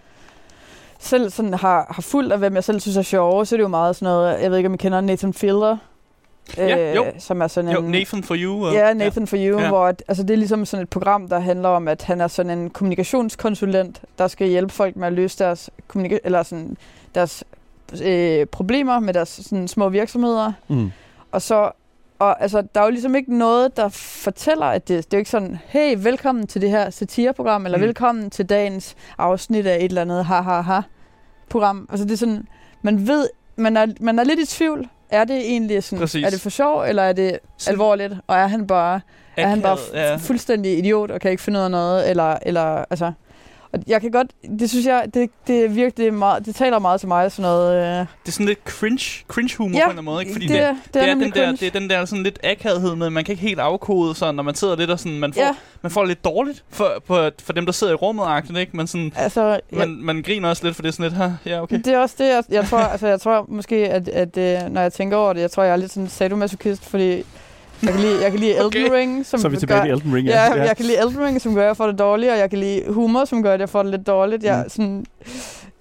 selv sådan har, har fulgt af, hvem jeg selv synes er sjove, så er det jo meget sådan noget, jeg ved ikke, om I kender Nathan Fielder. Ja, øh, jo. Som er sådan jo, en... Nathan for You. Ja, Nathan ja. for You, ja. hvor at, altså, det er ligesom sådan et program, der handler om, at han er sådan en kommunikationskonsulent, der skal hjælpe folk med at løse deres, kommunika- eller sådan, deres øh, problemer med deres sådan, små virksomheder. Mm. Og så Og altså, der er jo ligesom ikke noget, der fortæller, at det, det er jo ikke sådan, hey, velkommen til det her satireprogram, eller mm. velkommen til dagens afsnit af et eller andet ha-ha-ha-program. Altså, det er sådan, man ved, man er, man er lidt i tvivl. Er det egentlig sådan, Præcis. Er det for sjov, eller er det så alvorligt? Og er han bare, er han bare f- ja. fuldstændig idiot, og kan ikke finde ud af noget, eller, eller altså... Jeg kan godt, det synes jeg, det, det er virkelig meget, det taler meget til mig, sådan noget... Øh. Det er sådan lidt cringe, cringe humor ja, på en eller anden måde, ikke? Fordi det, det, det, det, er er den cringe. der, det er den der sådan lidt akavhed med, man kan ikke helt afkode, så når man sidder lidt og sådan, man får, ja. man får lidt dårligt for, for, for dem, der sidder i rummet, ikke? Man, sådan, altså, man, man griner også lidt for det sådan lidt, her. Ja, okay. Det er også det, jeg, jeg tror, altså jeg tror måske, at, at, at når jeg tænker over det, jeg tror, jeg er lidt sådan sadomasochist, fordi... Jeg kan lide, jeg kan lide Elden okay. Ring, som så er vi tilbage gør, i Elden Ring, ja. ja. ja. Jeg kan lide Elden Ring, som gør, at jeg får det dårligt, og jeg kan lide humor, som gør, at jeg får det lidt dårligt. Jeg, mm. sådan,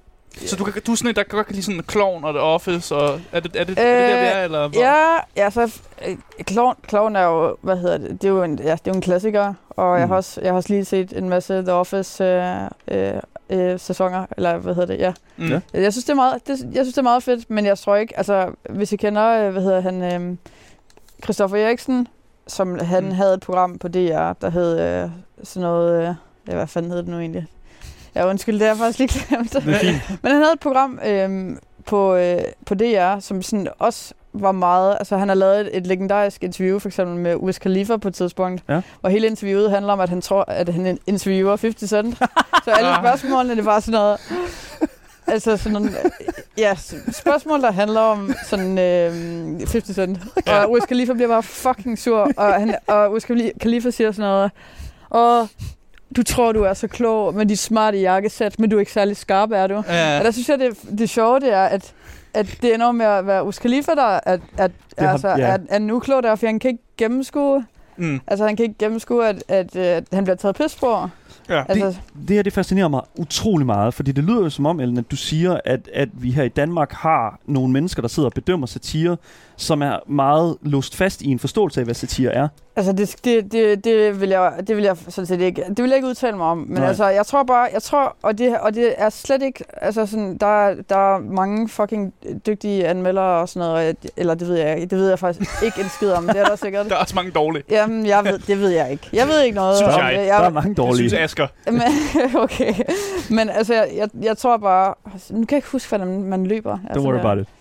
Så du, kan, du er sådan en, der godt kan lide sådan Klovn og The Office, og er det, er det, øh, er det der, vi er, eller hvad? Ja, ja, så øh, Klovn, Klovn er jo, hvad hedder det, det er jo en, ja, det er jo en klassiker, og mm. jeg, har også, jeg har også lige set en masse The Office øh, øh, øh, sæsoner, eller hvad hedder det, ja. Mm. ja. Jeg synes, det er meget, det, jeg synes, det er meget fedt, men jeg tror ikke, altså, hvis I kender, øh, hvad hedder han, øh, Christoffer Eriksen, som han mm. havde et program på D R, der hed øh, sådan noget, øh, ja, hvad fanden hed det nu egentlig? Ja, undskyld, det har jeg faktisk lige glemt. Men han havde et program øh, på, øh, på D R, som sådan også var meget... Altså, han har lavet et, et legendarisk interview, for eksempel med Wiz Khalifa på et tidspunkt, ja. Hvor hele interviewet handler om, at han tror, at han interviewer halvtreds Cent. Så alle spørgsmålene, det var sådan noget... Altså sådan nogle, ja, spørgsmål, der handler om sådan øh, halvtreds Cent. Og Wiz Khalifa bliver bare fucking sur, og, han, og Wiz Khalifa siger sådan noget... Og du tror, du er så klog med dit smarte jakkesæt, men du er ikke særlig skarp, er du? Ja. Og der synes jeg, det, det sjove det er, at, at det ender med at være Wiz Khalifa, der er, at, at, har, altså, ja. er, er en uklog der, for han kan ikke gennemskue, mm. altså han kan ikke gennemskue, at, at, at han bliver taget pis på. Ja. Altså, det, det her, det fascinerer mig utrolig meget, fordi det lyder jo som om, Ellen, at du siger, at, at vi her i Danmark har nogle mennesker, der sidder og bedømmer satire, som er meget låst fast i en forståelse af, hvad satire er. Altså, det, det, det, det, vil jeg, det vil jeg sådan set ikke, det vil jeg ikke udtale mig om, men Nej. altså, jeg tror bare, jeg tror, og det, og det er slet ikke, altså sådan, der, der er mange fucking dygtige anmeldere og sådan noget, eller det ved jeg ikke, det ved jeg faktisk ikke en skid om, det er der sikkert. Der er også mange dårlige. Jamen, jeg ved, det ved jeg ikke. Jeg ved ikke noget synes om jeg. det. Jeg, der er mange dårlige. Jeg synes Asger. Men, okay, men altså, jeg, jeg, jeg tror bare, nu kan jeg ikke huske, hvordan man løber. Don't worry about it.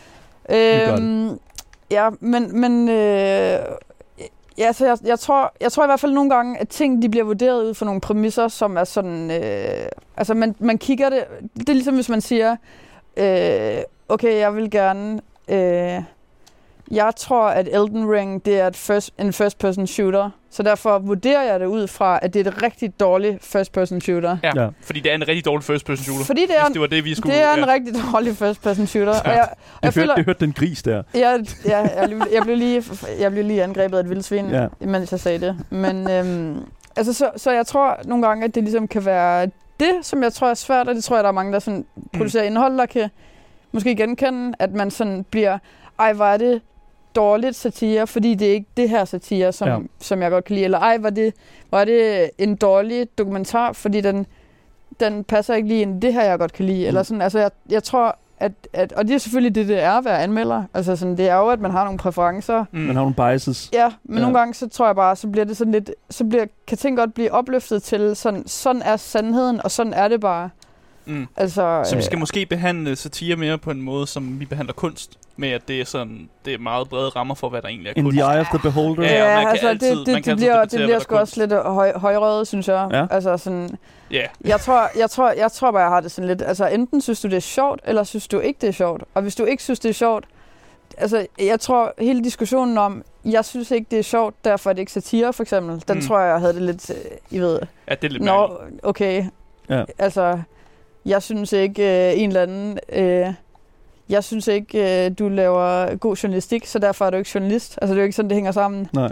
Øhm, ja, men, men øh, ja, så jeg, jeg, tror, jeg tror i hvert fald nogle gange, at ting de bliver vurderet ud fra nogle præmisser, som er sådan... Øh, altså, man, man kigger det... Det er ligesom, hvis man siger, øh, okay, jeg vil gerne... Øh, jeg tror, at Elden Ring, det er et first, en first-person shooter. Så derfor vurderer jeg det ud fra, at det er et rigtig dårligt first-person shooter. Ja, ja, fordi det er en rigtig dårlig first-person shooter. Fordi det er, hvis det var det, vi skulle... Det er ja. en rigtig dårlig first-person shooter. Ja. Og jeg, og jeg føler, føler, det hørte den gris der. Jeg, jeg, jeg, jeg, blev lige, jeg blev lige angrebet af et vildsvin, ja. Mens jeg sagde det. Men øhm, altså, så, så jeg tror nogle gange, at det ligesom kan være det, som jeg tror er svært, og det tror jeg, der er mange, der sådan producerer mm. indhold, der kan måske genkende, at man sådan bliver, ej, hvor er det dårligt satire, fordi det er ikke det her satire, som, ja. som jeg godt kan lide. Eller ej, var det, var det en dårlig dokumentar, fordi den, den passer ikke lige ind det her, jeg godt kan lide. Mm. Eller sådan, altså jeg, jeg tror, at, at, og det er selvfølgelig det, det er at være anmelder. Altså sådan, det er jo, at man har nogle præferencer. Mm. Man har nogle biases. Ja, men ja. nogle gange, så tror jeg bare, så bliver det sådan lidt, så bliver, kan ting godt blive opløftet til, sådan, sådan er sandheden, og sådan er det bare. Mm. Altså, så vi skal øh, måske behandle satire mere på en måde, som vi behandler kunst, med at det er sådan, det er meget brede rammer for, hvad der egentlig er In kunst. the eye of the beholder. Ja, ja altså altid, det, det, det bliver, det bliver sgu også lidt høj, højrøget, synes jeg. Ja. Altså sådan, yeah. jeg tror, jeg tror, jeg tror bare, jeg har det sådan lidt. Altså enten synes du det er sjovt, eller synes du ikke det er sjovt. Og hvis du ikke synes det er sjovt, altså jeg tror hele diskussionen om, jeg synes ikke det er sjovt, derfor er det ikke satire for eksempel. Den mm. tror jeg, jeg havde det lidt, I ved. Ja, det er lidt Nå, okay. Ja. Altså, jeg synes ikke øh, en eller anden. Øh, Jeg synes ikke, øh, du laver god journalistik, så derfor er du ikke journalist. Altså, det er jo ikke sådan, det hænger sammen. Nej.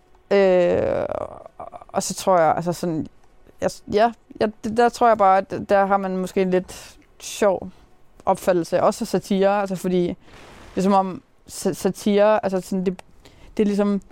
Øh, og så tror jeg, altså sådan... Jeg, ja, jeg, der tror jeg bare, at der har man måske en lidt sjov opfattelse. Også satire, altså fordi... Det er som om satire, altså sådan, det, det er ligesom...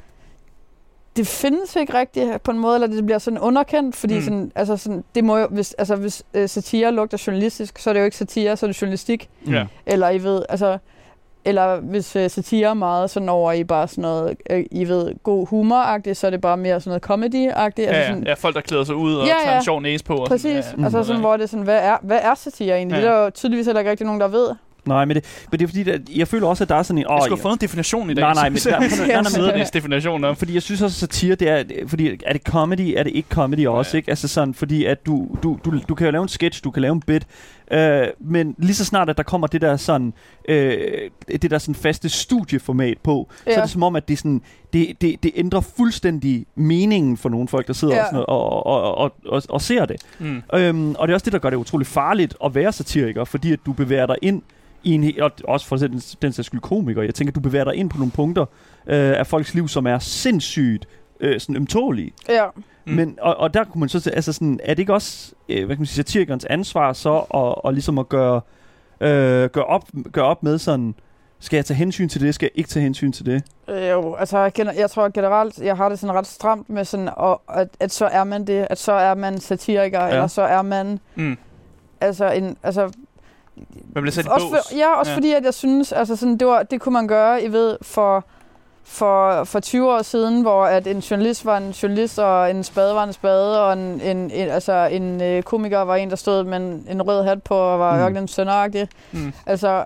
Det findes ikke rigtigt på en måde, eller det bliver sådan underkendt, fordi mm. sådan, altså sådan, det må jo, hvis, altså hvis øh, satire lugter journalistisk, så er det jo ikke satire, så er det journalistik. Mm. Eller I ved, altså, eller hvis øh, satire er meget sådan over i bare sådan noget, øh, I ved, god humor-agtigt, så er det bare mere sådan noget comedy-agtigt. Ja, altså sådan, ja, folk der klæder sig ud og ja, tager ja. en sjov næse på. Og præcis, sådan, ja, altså sådan, hvor det er sådan, hvad er, hvad er satire egentlig? Ja. Det er der jo tydeligvis heller ikke rigtig nogen, der ved. Nej, men det, men det er fordi, at jeg føler også, at der er sådan en... Åh, jeg skulle have fået en definition i dag. Nej, nej, men... Der er definition om. Fordi jeg synes også, at satire, det er... Fordi er det comedy, er det ikke comedy også, ja. Ikke? Altså sådan, fordi at du, du, du, du kan jo lave en sketch, du kan lave en bit, øh, men lige så snart, at der kommer det der sådan... Øh, det der sådan faste studieformat på, ja. Så er det som om, at det, sådan, det, det, det ændrer fuldstændig meningen for nogle folk, der sidder ja. og, sådan og, og, og, og, og ser det. Mm. Øhm, og det er også det, der gør det utroligt farligt at være satiriker, fordi at du bevæger dig ind i en, og også for den, den sags skyld komiker. Jeg tænker, at du bevæger dig ind på nogle punkter øh, af folks liv, som er sindssygt øh, sådan ømtålige. Ja. Mm. Men, og, og der kunne man så altså sådan, er det ikke også, øh, hvad kan man sige, satirikernes ansvar så at, og ligesom at gøre Øh, gør, op, gør op med sådan, skal jeg tage hensyn til det, skal jeg ikke tage hensyn til det? Øh, jo, altså jeg, jeg tror generelt, jeg har det sådan ret stramt med sådan, og, at, at så er man det, at så er man satiriker, ja. Eller så er man, mm. altså en, altså... Man bliver sat i også bås. for, ja, også ja. Fordi, at jeg synes, altså sådan, det, var, det kunne man gøre, I ved, for... For, for tyve år siden, hvor at en journalist var en journalist, og en spade var en spade, og en, en, en, altså en øh, komiker var en, der stod med en, en rød hat på, og var ørkenens mm. sønderagtig. Mm. Altså,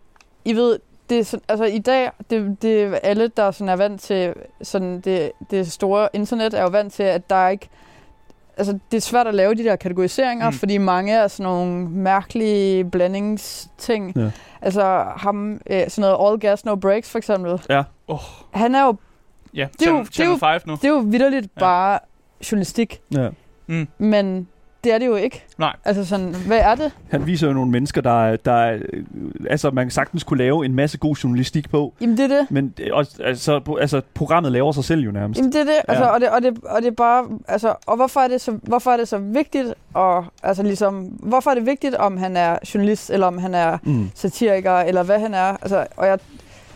I ved, det er sådan, altså i dag, det, det er alle, der sådan er vant til sådan det, det store internet, er jo vant til, at der er ikke... Altså, det er svært at lave de der kategoriseringer, mm. fordi mange er sådan nogle mærkelige blandingsting. Ja. Altså, ham, øh, sådan noget All Gas, No Breaks, for eksempel. Ja. Oh. Han er jo... Ja, det er jo, Channel det er jo, fem nu. Det er jo vitterligt ja. bare journalistik. Ja. Mm. Men det er det jo ikke. Nej. Altså sådan, hvad er det? Han viser jo nogle mennesker, der, der altså man sagtens kunne lave en masse god journalistik på. Jamen det er det. Men også, altså, altså programmet laver sig selv jo nærmest. Jamen det er det. Altså, ja. og det og det og det er bare altså og hvorfor er det så hvorfor er det så vigtigt og altså ligesom hvorfor er det vigtigt om han er journalist eller om han er mm. satiriker eller hvad han er? Altså og jeg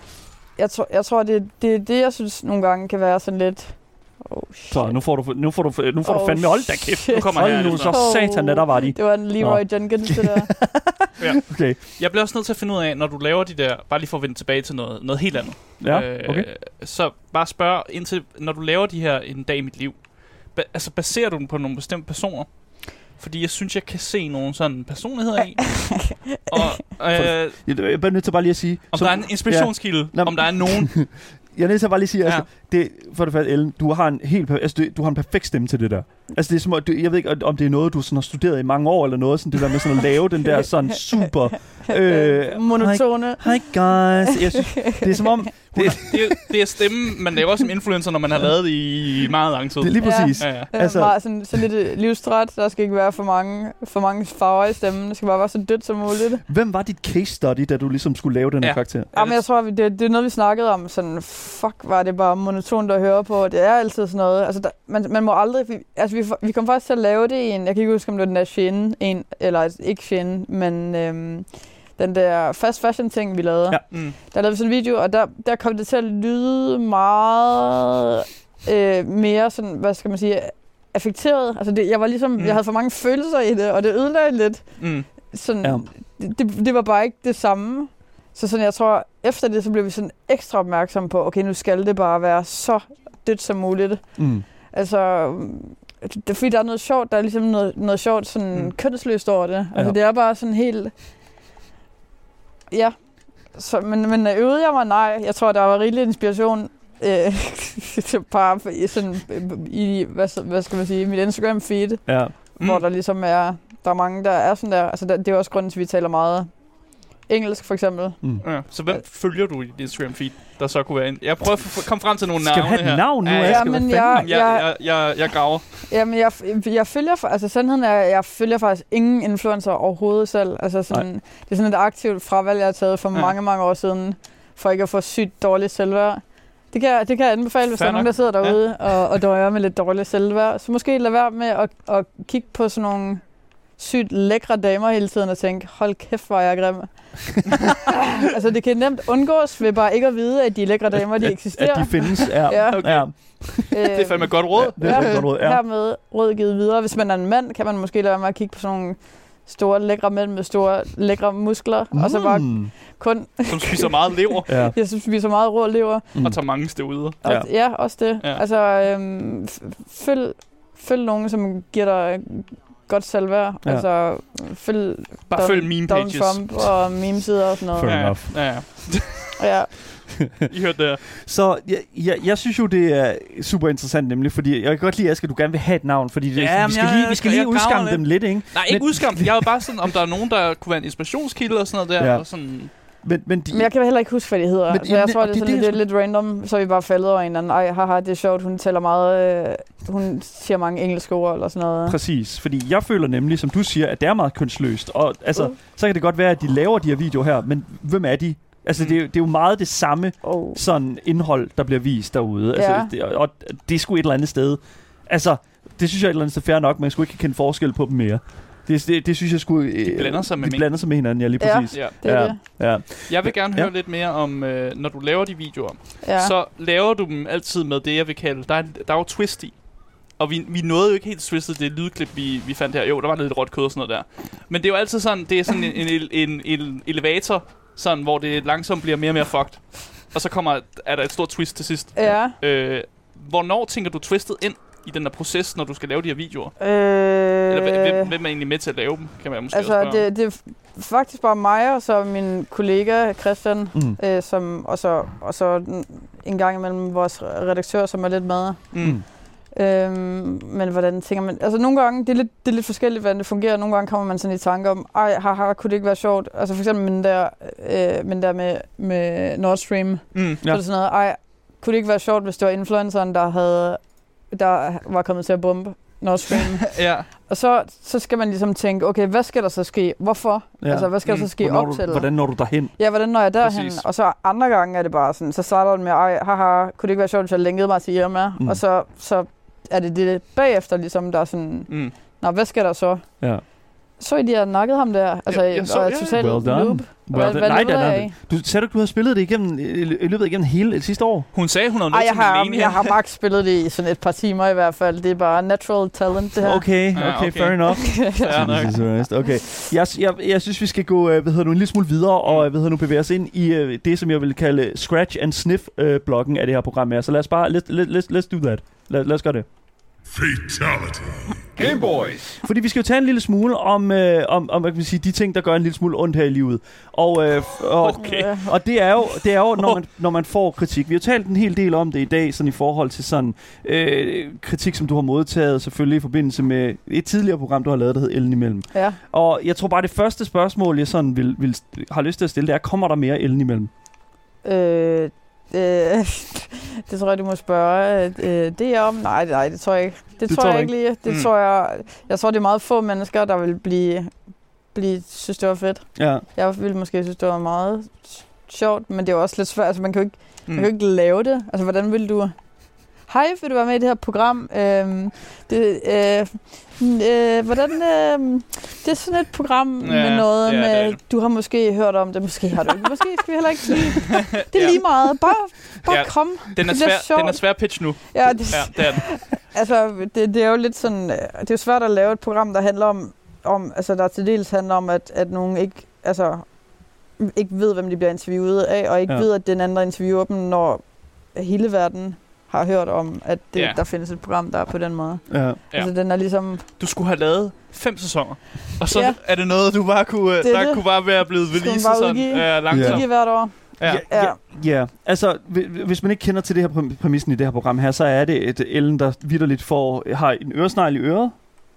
jeg tror jeg tror det det det jeg synes nogle gange kan være sådan lidt. Oh, så nu får du nu får du nu får oh, du fandme hold da kæft. Nu kommer Hold her nu så satan der var de. Det var en Leroy Jenkins det der. Ja. Okay. Jeg bliver også nødt til at finde ud af, når du laver de der, bare lige for at vende tilbage til noget, noget helt andet. Ja, okay. Øh, så bare spørg indtil, når du laver de her en dag i mit liv, ba- altså baserer du den på nogle bestemte personer? Fordi jeg synes, jeg kan se nogle sådan personligheder i. Og, øh, jeg er bare nødt til bare lige at sige... Om som, der er en inspirationskilde, ja. Om der er nogen... Jeg er nødt til bare lige at sige, ja. altså, det, for det første, Ellen, du har en helt, altså, du, du har en perfekt stemme til det der. Altså, det er som, du, jeg ved ikke, om det er noget, du sådan har studeret i mange år, eller noget, sådan det der med sådan at lave den der sådan super... Øh, monotone. Hi, hi guys. Jeg synes, det er som om... Det, det, er, det er stemmen, man laver som influencer, når man har lavet det i meget lang tid. Det er lige præcis. Ja, ja. Altså, bare sådan, sådan lidt livstræt. Der skal ikke være for mange, for mange farver i stemmen. Det skal bare være så dødt som muligt. Hvem var dit case study, da du ligesom skulle lave den her ja. karakter? Jamen, jeg tror, det, det er noget, vi snakkede om. Sådan, fuck, var det bare monotont at høre på. Det er altid sådan noget. Altså, der, man, man må aldrig... Altså, vi, vi kom faktisk til at lave det i en... Jeg kan ikke huske, om det var den der Shein, en, eller ikke Shein, men... Øhm, den der fast fashion ting, vi lavede. Ja. Mm. Der lavede vi sådan en video, og der, der kom det til at lyde meget øh, mere sådan, hvad skal man sige, affekteret. Altså det, jeg var ligesom, mm. jeg havde for mange følelser i det, og det ødelagde lidt. Mm. Sådan, ja. det, det, det var bare ikke det samme. Så sådan, jeg tror, efter det, så blev vi sådan ekstra opmærksomme på, okay, nu skal det bare være så dødt som muligt. Mm. Altså, det er fordi, der er noget sjovt, der er ligesom noget, noget sjovt, sådan mm. kønsløst over det. Altså, ja. Det er bare sådan helt... Ja, så, men, men øvede jeg mig? Nej. Jeg tror, der var rigelig inspiration øh, bare i, sådan, i hvad, hvad skal man sige, mit Instagram-feed, ja. mm. hvor der ligesom er, der er mange, der er sådan der, altså der, det er også grunden til, at vi taler meget engelsk, for eksempel. Mm. Ja, så hvem følger du i dit Instagram-feed, der så kunne være en... Jeg prøver at komme frem til nogle navne her. Skal vi have et navn nu? Ja, ja, ja, men jeg, jeg, jeg, jeg, jeg graver. Jamen, jeg, jeg følger... Altså, sandheden er, jeg følger faktisk ingen influencer overhovedet selv. Altså, sådan, det er sådan et aktivt fravalg, jeg har taget for ja. mange, mange år siden, for ikke at få sygt dårligt selvværd. Det kan, det kan jeg anbefale, hvis Fair der er nogen, der sidder derude ja. og, og døjer med lidt dårligt selvværd. Så måske lade være med at, at kigge på sådan nogle sygt lækre damer hele tiden og tænke, hold kæft, hvor er jeg grim. Altså, det kan nemt undgås ved bare ikke at vide, at de lækre damer, de eksisterer. At de findes, ja. ja. Okay. Ja. Det er fandme godt råd. Ja, det er ja. godt råd, ja. Hermed råd givet videre. Hvis man er en mand, kan man måske lade være med at kigge på sådan nogle store, lækre mænd med store, lækre muskler. Mm. Og så bare kun... Som spiser meget lever. ja. Jeg synes, spiser meget rå lever. Mm. Og tager mange steroider. Ja. ja, også det. Ja. Altså, øhm, følg, følg nogen, som giver dig godt selvværd. Ja. Altså, følg... Bare følg meme pages. Trump og meme-sider og sådan noget. Fair ja. enough. Ja, ja. ja. I hørte det her. Så jeg, jeg, jeg synes jo, det er super interessant, nemlig, fordi jeg kan godt lide, Asger, du gerne vil have et navn, fordi det, ja, vi skal jeg, lige, vi skal lige udskamme dem lidt, ikke? Nej, ikke udskamme. Jeg er bare sådan, om der er nogen, der kunne være en inspirationskilde og sådan noget der. Ja. Og sådan. Men, men, de, men jeg kan heller ikke huske, hvad de hedder. Men, altså, jeg jamen, tror, det er, det, sådan, det, det er lidt random, så er vi bare faldet over en eller anden. Ej, haha, det er sjovt, hun taler meget... Øh, hun siger mange engelske ord eller sådan noget. Præcis, fordi jeg føler nemlig, som du siger, at det er meget kønsløst. Og altså, uh. så kan det godt være, at de laver de her videoer her, men hvem er de? Altså, mm. det, er, det er jo meget det samme oh. sådan indhold, der bliver vist derude. Altså, ja. det, og det er sgu et eller andet sted. Altså, det synes jeg er et eller andet sted fair nok, men jeg skulle ikke kende forskel på dem mere. Det, det, det synes jeg skulle... De blander sig med de blander sig med hinanden, ja, lige Ja. præcis. Ja. Det er ja. det. Ja. Jeg vil gerne høre Ja. lidt mere om, øh, når du laver de videoer, Ja. så laver du dem altid med det, jeg vil kalde, der er, der er jo twist i. Og vi, vi nåede jo ikke helt twistet det lydklip, vi, vi fandt her. Jo, der var lidt råt kød og sådan noget der. Men det er jo altid sådan, det er sådan en, en, en, en elevator, sådan, hvor det langsomt bliver mere og mere fucked. Og så kommer, er der et stort twist til sidst. Ja. Øh, hvornår tænker du twistet ind i den der proces, når du skal lave de her videoer? Øh, Eller hvem, hvem er egentlig med til at lave dem, kan man måske altså, også spørge. det, det er f- faktisk bare mig og så min kollega Christian, Mm. øh, som, og, så, og så en gang imellem vores redaktør, som er lidt med. Mm. Øhm, men hvordan tænker man... Altså nogle gange, det er, lidt, det er lidt forskelligt, hvordan det fungerer. Nogle gange kommer man sådan i tanke om, ej, haha, kunne det ikke være sjovt? Altså for eksempel med der, øh, med, der med, med Nord Stream. Mm. Så er det sådan noget, ej, kunne det ikke være sjovt, hvis det var influenceren, der, havde, der var kommet til at bombe Nord Stream? Ja. Og så, så skal man ligesom tænke, okay, hvad skal der så ske? Hvorfor? Ja. Altså, hvad skal Mm. der så ske Hvornår op du, til? hvordan når du derhen? Ja, hvordan når jeg derhen? Præcis. Og så andre gange er det bare sådan, så starter det med, ej, haha, kunne det ikke være sjovt, hvis jeg lænkede mig til Irma? Mm. Og så, så er det det bagefter, ligesom, der er sådan, Mm. nå, hvad skal der så? Ja. Så I, de har nakket ham der? Altså, Jeg- jeg så- og er ja. totalt Well done. noob. Well, Hvad- the, hvad nej, lever nej, jeg nej. af? Du sagde du, du havde spillet det igennem, i i løbet igennem hele det sidste år? Hun sagde, hun havde Ej, nødt jeg til har, min jeg har max spillet det i sådan et par timer i hvert fald. Det er bare natural talent, det her. Okay, Ja, okay, okay. fair enough. Ja, nok. Jesus Christ. Okay. Jeg, jeg, jeg synes, vi skal gå øh, hvad hedder nu, en lille smule videre, og hvad hedder nu, bevæge os ind i øh, det, som jeg vil kalde scratch and sniff-bloggen af det her program her. Så lad os bare, let's, let's, let's do that. Lad, lad os gøre det. Fatality. Game Boys. Fordi vi skal jo tage en lille smule om, øh, om, om hvad kan man sige, de ting, der gør en lille smule ondt her i livet. Og, øh, og, Okay. og det er jo, det er jo når, man, når man får kritik. Vi har talt en hel del om det i dag, sådan i forhold til sådan øh, kritik, som du har modtaget, selvfølgelig i forbindelse med et tidligere program, du har lavet, der hed Ellen imellem. Ja. Og jeg tror bare, det første spørgsmål, jeg sådan vil, vil, har lyst til at stille, det er, kommer der mere Ellen imellem? Øh, det, det tror jeg, du må spørge øh, det er om. Nej, nej, det tror jeg ikke. Det, Det det tror tror jeg du ikke lige. Det Mm. tror jeg, jeg tror, det er meget få mennesker, der vil blive, blive synes, det var fedt. Ja. Jeg ville måske synes, det var meget sjovt, men det er jo også lidt svært. Altså, man kan jo ikke, Mm. man kan jo ikke lave det. Altså, hvordan vil du... Hej, vil du være med i det her program? Øhm, det, øh, øh, hvordan... Øh, det er sådan et program Ja, med noget ja, det er med... det. Du har måske hørt om det, måske har du ikke. Måske skal vi heller ikke sige... Det er Ja. lige meget. Bare, bare Ja, kom. Den er, Det bliver svær, den er sjovt. svær pitch nu. Ja, det, Ja, det er den. altså, det, det er jo lidt sådan... øh, Det er jo svært at lave et program, der handler om... om altså, der til dels handler om, at, at nogen ikke... Altså, ikke ved, hvem de bliver interviewet af, og ikke Ja. ja. ved, at den anden interviewer dem, når hele verden har hørt om, at det, Ja. ja. der findes et program, der er på den måde. Ja. Ja. Altså, den er ligesom... Du skulle have lavet fem sæsoner. Og så Ja. er det noget, du bare kunne, Det er der det. kunne bare være blevet Skulle man releaset bare sådan udgive. uh, langsomt. Ikke hvert år. Ja. Ja, Ja. ja, altså, hvi- hvis man ikke kender til det her præ- præmissen i det her program her, så er det et Ellen, der vitterligt får, har en øresnegl i øret,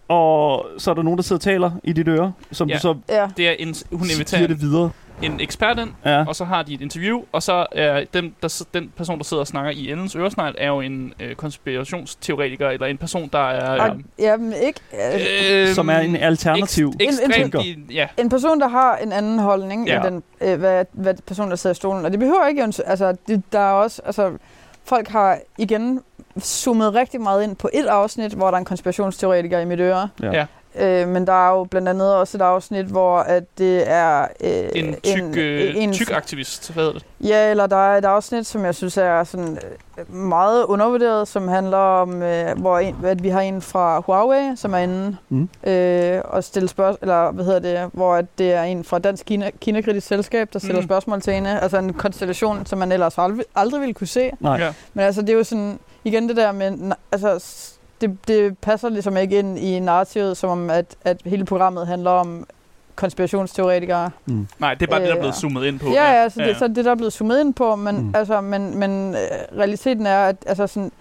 og så er der nogen, der sidder og taler i dit øre, som Ja. du så Ja. Det er en, hun giver inviterer det videre. en ekspert ind, Ja. og så har de et interview, og så er dem, der, s- den person, der sidder og snakker i Ellens øresnegl, er jo en øh, konspirationsteoretiker, eller en person, der er... Og, ja, men ikke... Øh, øh, Som er en alternativ. Ek, ekstremt tænker. i, ja, En person, der har en anden holdning Ja. ja. end den, øh, hvad, hvad personen, der sidder i stolen. Og det behøver ikke... Altså, det, der er også... Altså, folk har igen zoomet rigtig meget ind på et afsnit, hvor der er en konspirationsteoretiker i mit øre. Ja. Ja. Øh, men der er jo blandt andet også et afsnit, hvor at det er... Øh, en tyk, øh, en, tyk aktivist, hvad hedder det? Ja, eller der er et afsnit, som jeg synes er sådan øh, meget undervurderet, som handler om, øh, hvor en, at vi har en fra Huawei, som er inde Mm. øh, og stille spørgsmål, eller hvad hedder det, hvor at det er en fra Dansk Kina, Kina-kritisk Selskab, der stiller Mm. mm. spørgsmål til hende. Altså en konstellation, som man ellers aldrig, aldrig ville kunne se. Nej. Ja. Men altså, det er jo sådan, igen det der med, na- altså, s- det, det passer ligesom ikke ind i narrativet, som om, at, at hele programmet handler om konspirationsteoretikere. Mm. Nej, det er bare øh, det, der er blevet Ja. zoomet ind på. Ja, ja, så, det, så det der er blevet zoomet ind på, men, Mm. mm. altså, men, men øh, realiteten er, at, altså sådan,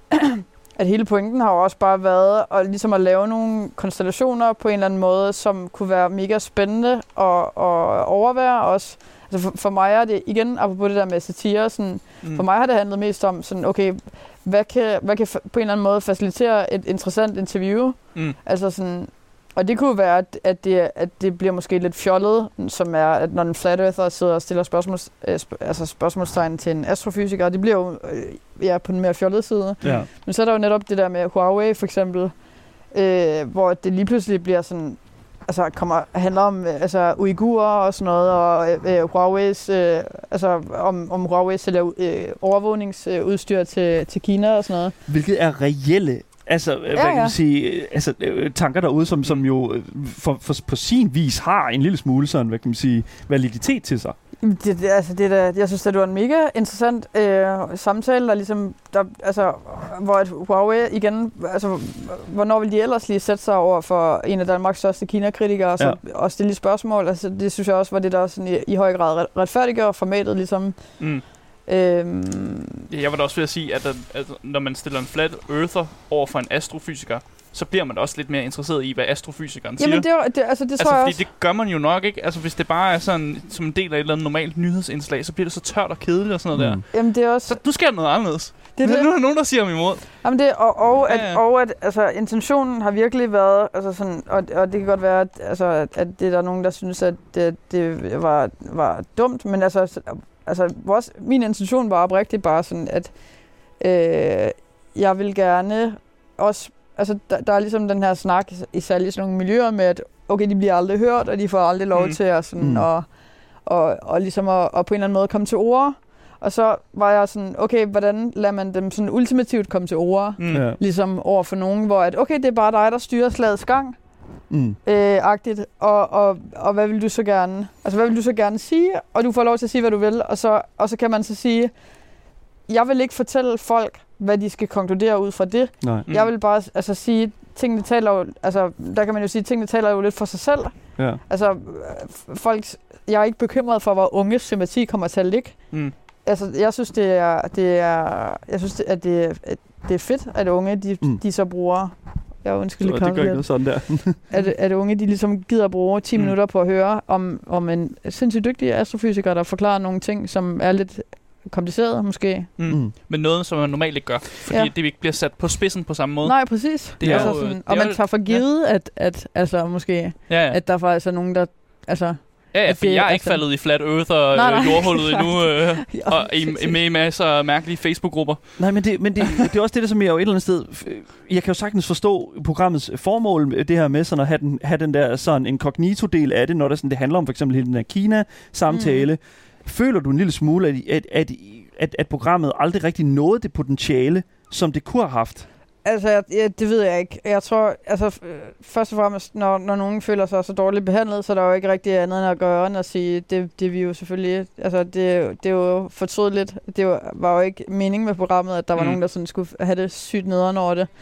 at hele pointen har jo også bare været at, ligesom at lave nogle konstellationer på en eller anden måde, som kunne være mega spændende at, at overvære også. Altså for, for mig er det, igen apropos det der med satire, sådan, Mm. for mig har det handlet mest om, sådan, okay, hvad kan, hvad kan fa- på en eller anden måde facilitere et interessant interview? Mm. Altså sådan, og det kunne være, at, at, det, at det bliver måske lidt fjollet, som er, at når en flat earther sidder og stiller spørgsmåls, øh, sp- altså spørgsmålstegn til en astrofysiker, det bliver jo øh, ja, på den mere fjollede side. Ja. Men så er der jo netop det der med Huawei for eksempel, øh, hvor det lige pludselig bliver sådan, altså, kommer, handler om altså, uigurer og sådan noget, og øh, Huawei's, øh, altså om, om Huawei sælger øh, overvågningsudstyr til, til Kina og sådan noget. Hvilket er reelle altså, ja, hvad kan man ja. sige, altså, tanker derude, som, som jo for, for, på sin vis har en lille smule sådan, hvad kan man sige, validitet til sig. Det, det, altså, det der, jeg synes, det var en mega interessant øh, samtale, der ligesom, der, altså, hvor et Huawei igen, altså, hvornår vil de ellers lige sætte sig over for en af Danmarks største Kina-kritikere, og, så, ja. og stille spørgsmål, altså, det synes jeg også var det, der sådan, i, i høj grad retfærdiggør formatet, ligesom. Mm. Øhm, jeg vil da også ved at sige, at, at når man stiller en flat earther over for en astrofysiker, så bliver man også lidt mere interesseret i, hvad astrofysikeren siger. Jamen, det, det, altså, det altså, tror jeg fordi også. det gør man jo nok ikke. Altså, hvis det bare er sådan, som en del af et eller andet normalt nyhedsindslag, så bliver det så tørt og kedeligt og sådan noget mm. der. Jamen, det er også. Så nu sker der noget anderledes. Det er det. det. Nu er der nogen, der siger om imod. Jamen, det, og, og, ja, at, ja. og at altså, intentionen har virkelig været, altså sådan, og, og det kan godt være, at, altså, at det er der nogen, der synes, at det, det var, var dumt, men altså, altså vores, min intention var oprigtigt bare sådan, at øh, jeg vil gerne også. Altså, der, der er ligesom den her snak, især i sådan nogle miljøer med, at okay, de bliver aldrig hørt, og de får aldrig lov mm. til at, sådan, mm. og, og, og ligesom at, og på en eller anden måde komme til ord. Og så var jeg sådan, okay, hvordan lader man dem sådan ultimativt komme til ord? Mm. Ja. Ligesom over for nogen, hvor at, okay, det er bare dig, der styrer slagets gang. Mm. Øh, agtigt. Og, og, og hvad vil du så gerne? Altså, hvad vil du så gerne sige? Og du får lov til at sige, hvad du vil. Og så, og så kan man så sige, jeg vil ikke fortælle folk, hvad de skal konkludere ud fra det. Nej. Mm. Jeg vil bare altså, sige, tingene taler jo, altså, der kan man jo sige, tingene taler jo lidt for sig selv. Ja. Altså, folk, jeg er ikke bekymret for, hvor unges sympati kommer til at ligge. Mm. Altså, jeg synes, det er, det er, jeg synes, det, at det, at det er fedt, at unge, de, mm. de så bruger, jeg undskylder det gør ikke noget sådan der. at, at unge, de ligesom gider bruge ti mm. minutter på at høre om, om en sindssygt dygtig astrofysiker, der forklarer nogle ting, som er lidt kompliceret måske. Mm. Mm. Men noget, som man normalt ikke gør, fordi ja. det ikke bliver sat på spidsen på samme måde. Nej, præcis. Det er altså jo, sådan, det og man tager for givet, ja. at, at altså måske, ja, ja. at der faktisk er nogen, der altså. Ja, ja, for det, jeg er ikke altså, faldet i flat earth og nej, nej. jordhullet endnu, øh, og i, med i masser af mærkelige Facebook-grupper. Nej, men, det, men det, det er også det, der, som jeg jo et eller andet sted. Jeg kan jo sagtens forstå programmets formål, det her med sådan at have den, have den der sådan en kognito-del af det, når der sådan, det handler om for eksempel hele den her Kina-samtale. Mm. Føler du en lille smule, at, at, at, at, at programmet aldrig rigtig nåede det potentiale, som det kunne have haft? Altså, jeg, jeg, det ved jeg ikke. Jeg tror, altså, øh, først og fremmest, når, når nogen føler sig så dårligt behandlet, så er der jo ikke rigtig andet end at gøre, end at sige, det, det vi jo selvfølgelig, altså, det, det er jo fortrydeligt. Det var, var jo ikke meningen med programmet, at der var mm. nogen, der sådan skulle have det sygt nederen over det.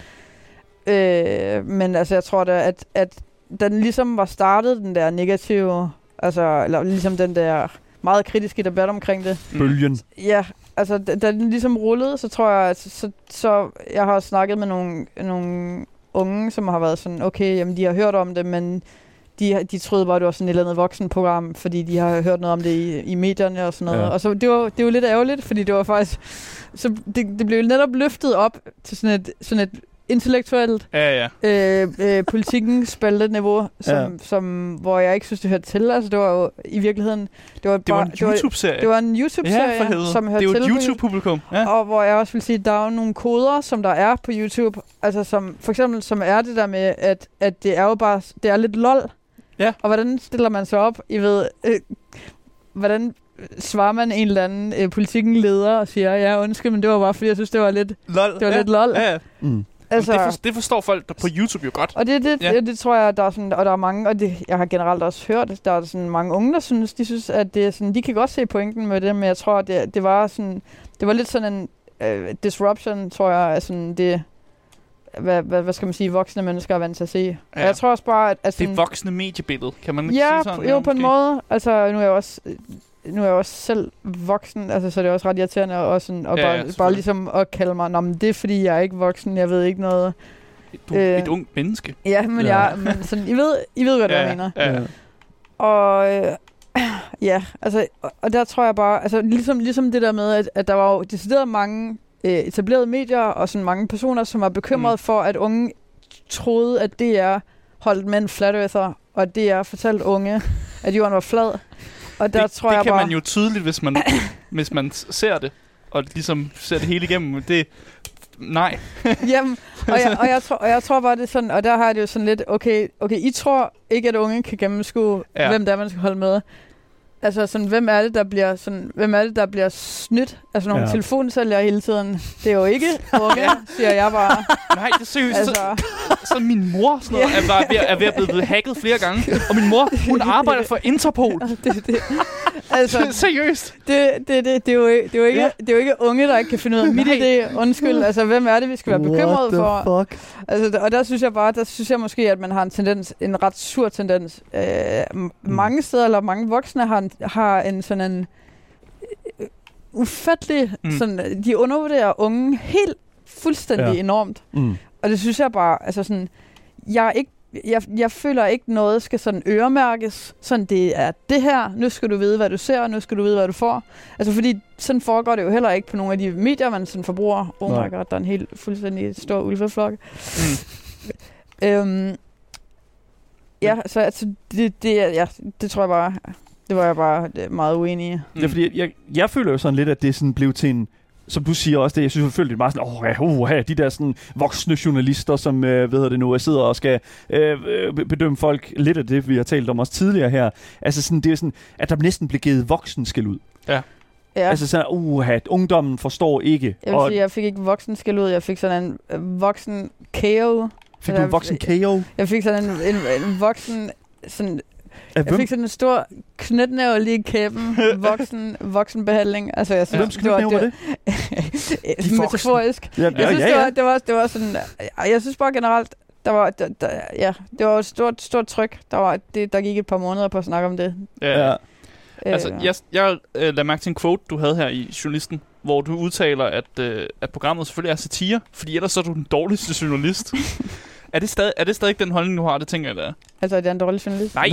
Øh, men altså, jeg tror da, at, at den ligesom var startet, den der negative, altså, eller ligesom den der meget kritiske debat omkring det. Bølgen. Ja, altså, da, da den ligesom rullede, så tror jeg, at så, så jeg har snakket med nogle, nogle unge, som har været sådan, okay, jamen, de har hørt om det, men de, de troede bare, det var sådan et eller andet voksenprogram, fordi de har hørt noget om det i, i medierne og sådan noget. Ja. Og så det var, det var lidt ærgerligt, fordi det var faktisk, så det, det blev netop løftet op til sådan et, sådan et intellektuelt ja, ja. Øh, øh, politikken spaltet niveau, som, ja. som, hvor jeg ikke synes, det hørte til. Altså, det var jo i virkeligheden. Det var, det var en YouTube-serie. Det var en YouTube-serie, ja, som hørte til. Det er jo et YouTube-publikum. Ja. Og hvor jeg også vil sige, der er jo nogle koder, som der er på YouTube. Altså, som, for eksempel, som er det der med, at, at det er jo bare, det er lidt lol. Ja. Og hvordan stiller man sig op? I ved, øh, hvordan svarer man en eller anden øh, politikken leder og siger, ja, undskyld, men det var bare, fordi jeg synes, det var lidt lol. Det var ja. lidt lol. Ja, ja. Mm. Altså, det, for, det forstår folk der på YouTube jo godt. Og det, det, ja. det, det tror jeg, der er sådan, og der er mange, og det, jeg har generelt også hørt, der er sådan mange unge, der synes, de synes, at det er sådan, de kan godt se pointen med det, men jeg tror, det, det var sådan, det var lidt sådan en uh, disruption, tror jeg, af sådan det, hvad, hvad, hvad skal man sige, voksne mennesker er vant til at se. Ja. Og jeg tror også bare, at, at sådan, det voksne mediebillede, kan man ikke ja, sige sådan? Ja, jo, på en måde. Altså, nu er jeg også nu er jeg også selv voksen, altså, så det er også ret irriterende at, sådan, at ja, bare, ja, bare ligesom at kalde mig, nå, men det er fordi, jeg er ikke voksen, jeg ved ikke noget. Du er øh, et ungt menneske. Ja, men, ja. Jeg, men sådan, I ved, I ved godt, hvad ja, jeg mener. Ja. Og øh, ja, altså, og, og der tror jeg bare, altså ligesom, ligesom det der med, at, at der var jo decideret mange øh, etablerede medier, og sådan mange personer, som var bekymrede mm. for, at unge troede, at D R holdt med en flat earther, og at D R fortalte unge, at jorden var flad. Og der det, tror det jeg kan bare, man jo tydeligt, hvis man, hvis man ser det, og ligesom ser det hele igennem. Det, nej. Jamen, og jeg, og, jeg tror, og jeg tror bare, det er sådan, og der har det jo sådan lidt, okay, okay, I tror ikke, at unge kan gennemskue, ja. hvem der man skal holde med. Altså sådan, hvem er det, der bliver sådan, hvem er det, der bliver snydt? Altså nogle ja. telefonsælgere hele tiden. Det er jo ikke unge, siger jeg bare. Nej, det er seriøst. Altså. Så, så min mor sådan noget, er, bare ved, er ved at blive blevet hacket flere gange. Og min mor, hun arbejder for Interpol. det, det. Altså, seriøst. Det, det, det, det, er jo, det, er jo ikke, ja. det er jo ikke unge, der ikke kan finde ud af mit idé. Undskyld, altså hvem er det, vi skal være bekymrede for? What the fuck? Altså, og der synes jeg bare, der synes jeg måske, at man har en tendens, en ret sur tendens. Øh, mm. Mange steder, eller mange voksne har en, har en sådan en uh, ufattelig, mm. sådan, de undervurderer unge helt fuldstændig ja. enormt. Mm. Og det synes jeg bare, altså sådan, jeg er ikke Jeg, jeg føler ikke noget skal sådan øremærkes. Sådan, det er det her. Nu skal du vide, hvad du ser, og nu skal du vide, hvad du får. Altså, fordi sådan foregår det jo heller ikke på nogle af de medier, man sådan forbruger. Oh my god, der er en helt fuldstændig stor ulveflok. Mm. øhm, ja, så altså, det, det, ja, det tror jeg bare, det var jeg bare meget uenig i. Mm. Ja, fordi jeg, jeg føler jo sådan lidt, at det sådan blev til en, som du siger også, det, jeg synes selvfølgelig, det er meget sådan, åh, oh, oh, ja, de der sådan voksne journalister, som, øh, ved det nu, jeg sidder og skal øh, bedømme folk, lidt af det, vi har talt om også tidligere her. Altså sådan, det er sådan, at der næsten blev givet voksenskæld ud. Ja. Ja. Altså sådan, uh, at ungdommen forstår ikke. Jeg vil sige, jeg fik ikke voksenskæld ud, jeg fik sådan en øh, voksen K O. Fik du en voksen K O? Jeg fik sådan en, en, en voksen, sådan... Jeg fik sådan en stor knytnæve lige i kæben. Voksen, voksenbehandling. Altså, jeg synes, hvem knytnæve var det? det metaforisk. Ja, ja, jeg synes, ja, ja. Det, var, det, var, det var sådan... Jeg synes bare generelt, der var, der, der, ja, det var et stort, stort tryk. Der, var, det, der gik et par måneder på at snakke om det. Ja, ja. Øh, altså, jeg, jeg uh, lader mærke til en quote, du havde her i Journalisten, hvor du udtaler, at, uh, at programmet selvfølgelig er satire, fordi ellers så er du den dårligste journalist. Er det, stadig, er det stadig den holdning, du har? Det tænker jeg, det er. Altså, er det en dårlig journalist? Nej.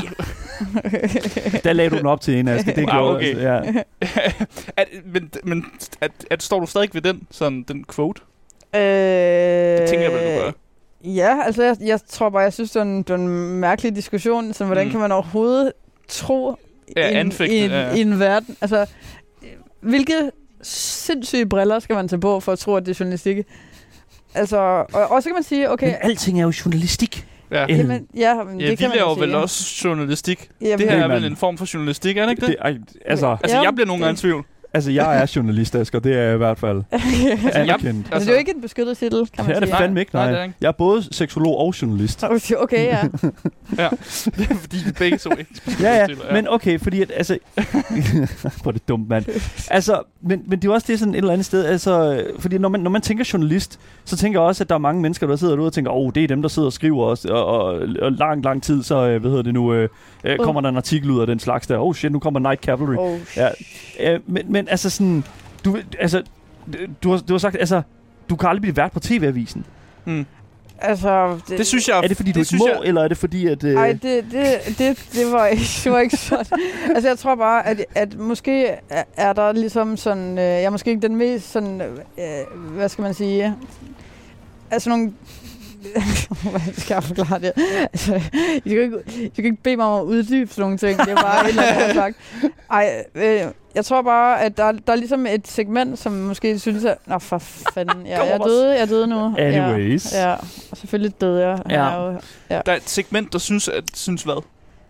Der lagde du den op til en, Aske. Det er ah, okay. Altså, ja. at, men men at, at, står du stadig ved den, sådan, den quote? Øh, det tænker jeg vel, du gør. Ja, altså, jeg, jeg tror bare, jeg synes, det var en, det var en mærkelig diskussion. Så hvordan mm. kan man overhovedet tro ja, i, en, i, en, ja. i en verden? Altså, hvilke sindssyge briller skal man tage på for at tro, at det er journalistik? Altså, og, og så kan man sige, okay... Men alting er jo journalistik. Ja, Jamen, ja, men ja det kan vi laver man vel sige. også journalistik. Jamen, det her er man. vel en form for journalistik, er det ikke det? det, det altså, altså, jeg bliver nogle gange i tvivl. Altså, jeg er journalist, Asger. Det er jeg i hvert fald anerkendt. Altså, altså, det er jo ikke en beskyttet titel, kan man sige. Det er det fandme ikke, nej. nej det er ikke. Jeg er både seksolog og journalist. Okay, ja. ja, det er fordi vi begge to ikke ja, ja, ja, men okay, fordi at, altså... Hvor er det dumt, mand. Altså, men, men det er jo også det sådan et eller andet sted, altså... Fordi når man, når man tænker journalist, så tænker jeg også, at der er mange mennesker, der sidder derude og tænker, åh, oh, det er dem, der sidder og skriver også, og, og, og lang, lang tid, så, hvad hedder det nu, øh, øh, kommer der en artikel ud af den slags der. Oh shit, nu kommer Night Cavalry. Oh, ja, øh, men, men altså sådan... Du, altså, du, har, du har sagt, altså, du kan aldrig blive vært på T V-avisen. Hmm. Altså, det, det synes jeg... Er det fordi, du ikke må, jeg... eller er det fordi, at... Nej, øh... det, det, det, det, var ikke, det var ikke sådan. Altså, jeg tror bare, at, at måske er der ligesom sådan... Øh, jeg er måske ikke den mest sådan... Øh, hvad skal man sige? Altså, nogle... Hvordan skal jeg forklare det? Altså, I kan ikke, I kan ikke bede mig om at uddybe sådan nogle ting. Det er bare et eller andet, jeg har sagt. Ej, øh, jeg tror bare, at der, der er ligesom et segment, som måske synes, at... Nå, for fanden. Ja, jeg er døde, jeg er døde nu. Anyways. Ja, ja. Og selvfølgelig døde jeg. Ja. Jeg jo, ja. Der er et segment, der synes, at, synes hvad?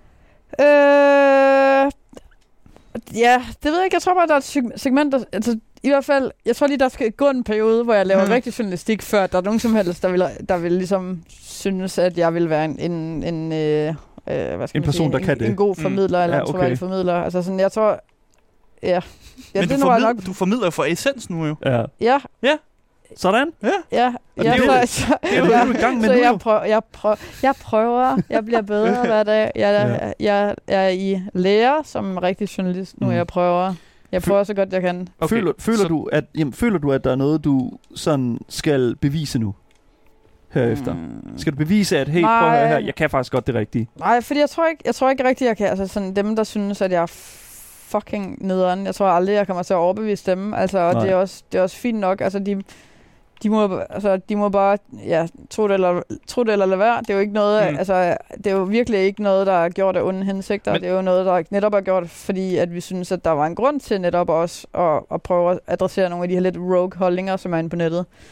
Øh... Ja, det ved jeg ikke. Jeg tror bare, der er et segment, der... Altså, i hvert fald, jeg tror lige, der skal gå en periode, hvor jeg laver hmm. rigtig journalistik, før der er nogen som helst, der vil, der vil ligesom synes, at jeg vil være en, en, en, øh, hvad skal en person, sige, der en, kan en, det. en god formidler, mm. eller ja, en okay. troværdig formidler. Altså sådan, jeg tror... Ja. ja Men det du, formidler, nok... du formidler for essens nu jo. Ja. Ja. Ja. Sådan? Ja. Ja. Og ja, det er jo, så, så, det er jo, ja, du i gang med så nu jeg jo. prøver, jeg, prøver, jeg prøver, jeg bliver bedre hver dag. Jeg, ja. jeg, jeg er i lære som rigtig journalist nu, mm. jeg prøver... Jeg prøver så godt, jeg kan. Okay. Føler, føler, så... du, at, jamen, føler du, at der er noget, du sådan skal bevise nu? Herefter. Mm. Skal du bevise, at hey, Nej. prøv at høre her, jeg kan faktisk godt det rigtige? Nej, fordi jeg tror ikke, jeg tror ikke rigtigt, jeg kan. Altså sådan dem, der synes, at jeg er fucking nederen. Jeg tror aldrig, jeg kommer til at overbevise dem. Altså, og det er, også, det er også fint nok. Altså, de, de, må, altså, de må bare ja, tro, det eller, tro det eller lade være. Det er jo ikke noget, mm. altså, det er jo virkelig ikke noget, der er gjort af onde hensigter. Men det er jo noget, der netop er gjort, fordi at vi synes, at der var en grund til netop også at, at prøve at adressere nogle af de her lidt rogue holdninger, som er inde på nettet.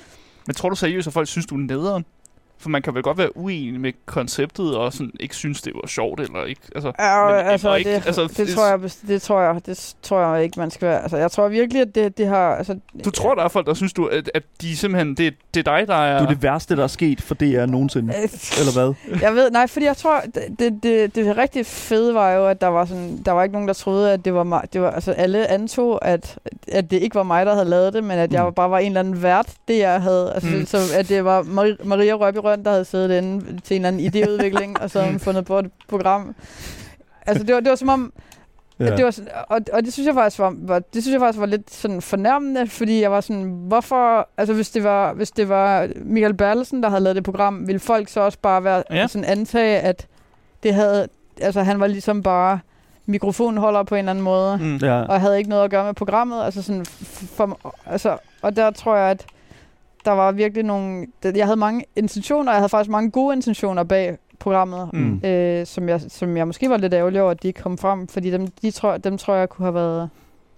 Men tror du seriøst, at folk synes, du er nederen? For man kan vel godt være uenig med konceptet, og sådan ikke synes, det var sjovt, eller ikke? Altså, ja, men, altså, og ikke, det, altså, det, tror jeg, det tror jeg, det tror jeg ikke, man skal være. Altså, jeg tror virkelig, at det, det har... Altså, du tror, der er folk, der synes, du, at, at de simpelthen, det, det er dig, der er... Du er det værste, der er sket for D R nogensinde, eller hvad? Jeg ved, nej, fordi jeg tror, det, det, det, det rigtig fede var jo, at der var sådan, der var ikke nogen, der troede, at det var mig. Det var, altså, alle antog, at, at det ikke var mig, der havde lavet det, men at jeg mm. bare var en eller anden vært, det jeg havde. Altså, mm. så, at det var Maria, Maria Røby Røn, der havde siddet inde til en eller anden idéudvikling, og så havde hun fundet på et program. Altså, det var, det var som om... Ja. Det var sådan, og, og det synes jeg faktisk var, var det synes jeg faktisk var lidt sådan fornærmende, fordi jeg var sådan, hvorfor, altså hvis det var hvis det var Michael Bertelsen, der havde lavet det program, ville folk så også bare være ja. sådan antage, at det havde, altså han var ligesom bare mikrofonholder på en eller anden måde, mm. ja. og havde ikke noget at gøre med programmet, altså sådan for, altså, og der tror jeg, at der var virkelig nogle, jeg havde mange intentioner, jeg havde faktisk mange gode intentioner bag programmet, mm. øh, som, jeg, som jeg måske var lidt ærgerlig over, at de ikke kom frem, fordi dem, de tror, dem tror jeg kunne have været,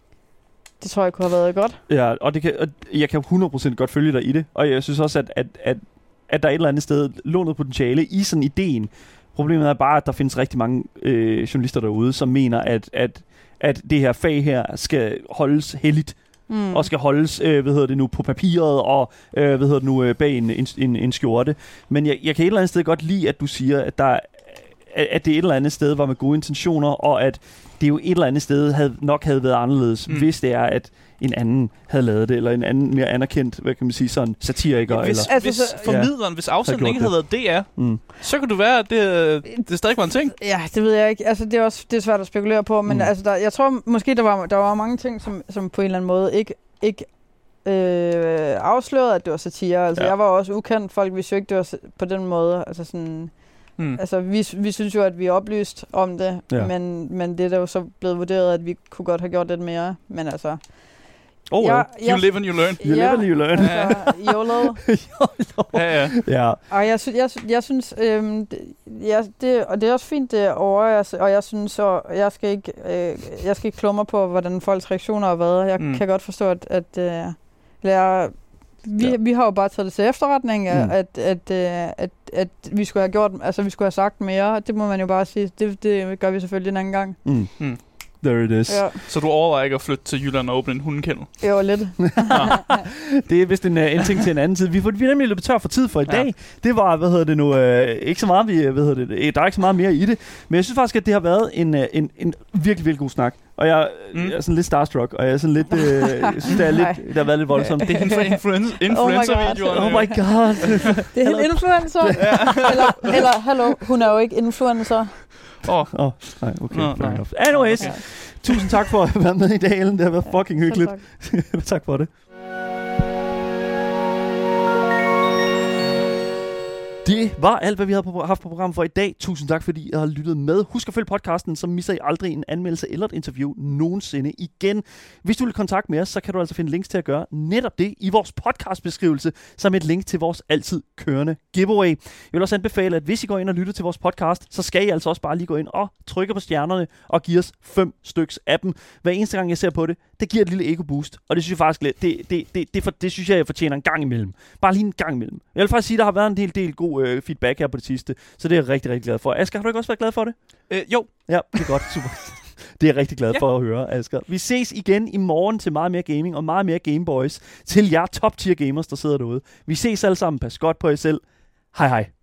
det tror jeg kunne have været godt. Ja, og, det kan, og jeg kan hundrede procent godt følge dig i det, og jeg synes også, at, at, at, at der et eller andet sted lå noget potentiale i sådan ideen. Problemet er bare, at der findes rigtig mange øh, journalister derude, som mener, at, at, at det her fag her skal holdes helligt, Mm. og skal holdes, øh, hvad hedder det nu, på papiret og, øh, hvad hedder det nu, øh, bag en, en, en skjorte. Men jeg, jeg kan et eller andet sted godt lide, at du siger, at, der, at det et eller andet sted var med gode intentioner, og at det jo et eller andet sted havde, nok havde været anderledes, mm. hvis det er, at en anden havde lavet det, eller en anden mere anerkendt, hvad kan man sige, sådan satiriker. Ja, hvis, eller, altså, hvis formidleren, ja, hvis afsenderen ikke havde været D R, mm. så kunne det være, at det, det stadig var en ting. Ja, det ved jeg ikke. Altså, det er også det er svært at spekulere på, men mm. altså, der, jeg tror måske, der var, der var mange ting, som, som på en eller anden måde ikke, ikke øh, afslørede, at det var satire. Altså, ja. Jeg var også ukendt. Folk vidste jo ikke, det var på den måde. Altså, sådan... Hmm. Altså, vi, vi synes jo, at vi er oplyst om det, ja. men, men det er da jo så blevet vurderet, at vi kunne godt have gjort lidt mere. Men altså... Oh, well. ja, you ja, live and you learn. You ja, live and you learn. Altså, YOLO. ja, ja. ja. Og jeg, sy- jeg, sy- jeg synes, øhm, det, jeg, det, og det er også fint det over, jeg, og jeg synes så, jeg skal ikke, øh, jeg skal ikke klumre på, hvordan folks reaktioner har været. Jeg mm. kan godt forstå, at, at, øh, jeg, vi, ja. vi har jo bare taget det til efterretning, mm. at, at, at, at, at vi skulle have gjort, altså vi skulle have sagt mere. Det må man jo bare sige. Det, det gør vi selvfølgelig en anden gang. Mm. Mm. There it is. Ja. Så du overvejer ikke at flytte til Jylland og åbne en hundekendel? Jo, lidt. Det er vist en, uh, en ting til en anden tid. Vi får vi er nemlig løbet tør for tid for i ja. dag. Det var, hvad hedder det nu, uh, ikke så meget, vi, hvad hedder det, der er ikke så meget mere i det. Men jeg synes faktisk, at det har været en, uh, en, en virkelig, virkelig god snak. Og jeg, mm. jeg er sådan lidt starstruck, og jeg er sådan lidt, uh, jeg synes, det, er lidt, det har været lidt voldsomt. Det er influ- influencer-videoerne. Oh my god. Det er en influencer. eller, eller, hallo, hun er jo ikke influencer. Åh, oh. oh, nej, okay. No, nej. Anyways, okay. Tusind tak for at være med i dag, Ellen. Det har været ja, fucking hyggeligt. Tak. Tak for det. Det var alt, hvad vi havde på, haft på programmet for i dag. Tusind tak, fordi I har lyttet med. Husk at følge podcasten, så misser I aldrig en anmeldelse eller et interview nogensinde igen. Hvis du vil kontakte med os, så kan du altså finde links til at gøre netop det i vores podcastbeskrivelse, som et link til vores altid kørende giveaway. Jeg vil også anbefale, at hvis I går ind og lytter til vores podcast, så skal I altså også bare lige gå ind og trykke på stjernerne og give os fem styks af dem. Hver eneste gang, jeg ser på det, det giver et lille ego-boost. Og det synes jeg faktisk lidt, det, det, det, det, for, det synes jeg, jeg fortjener en gang imellem. Bare lige en gang imellem. Jeg vil faktisk sige, at der har været en hel del god øh, feedback her på det sidste, så det er jeg rigtig, rigtig glad for. Asger, har du ikke også været glad for det? Øh, jo. Ja, det er godt. Super. Det er jeg rigtig glad for ja. at høre, Asger. Vi ses igen i morgen til meget mere gaming og meget mere Gameboys til jer top tier gamers, der sidder derude. Vi ses alle sammen. Pas godt på jer selv. Hej hej.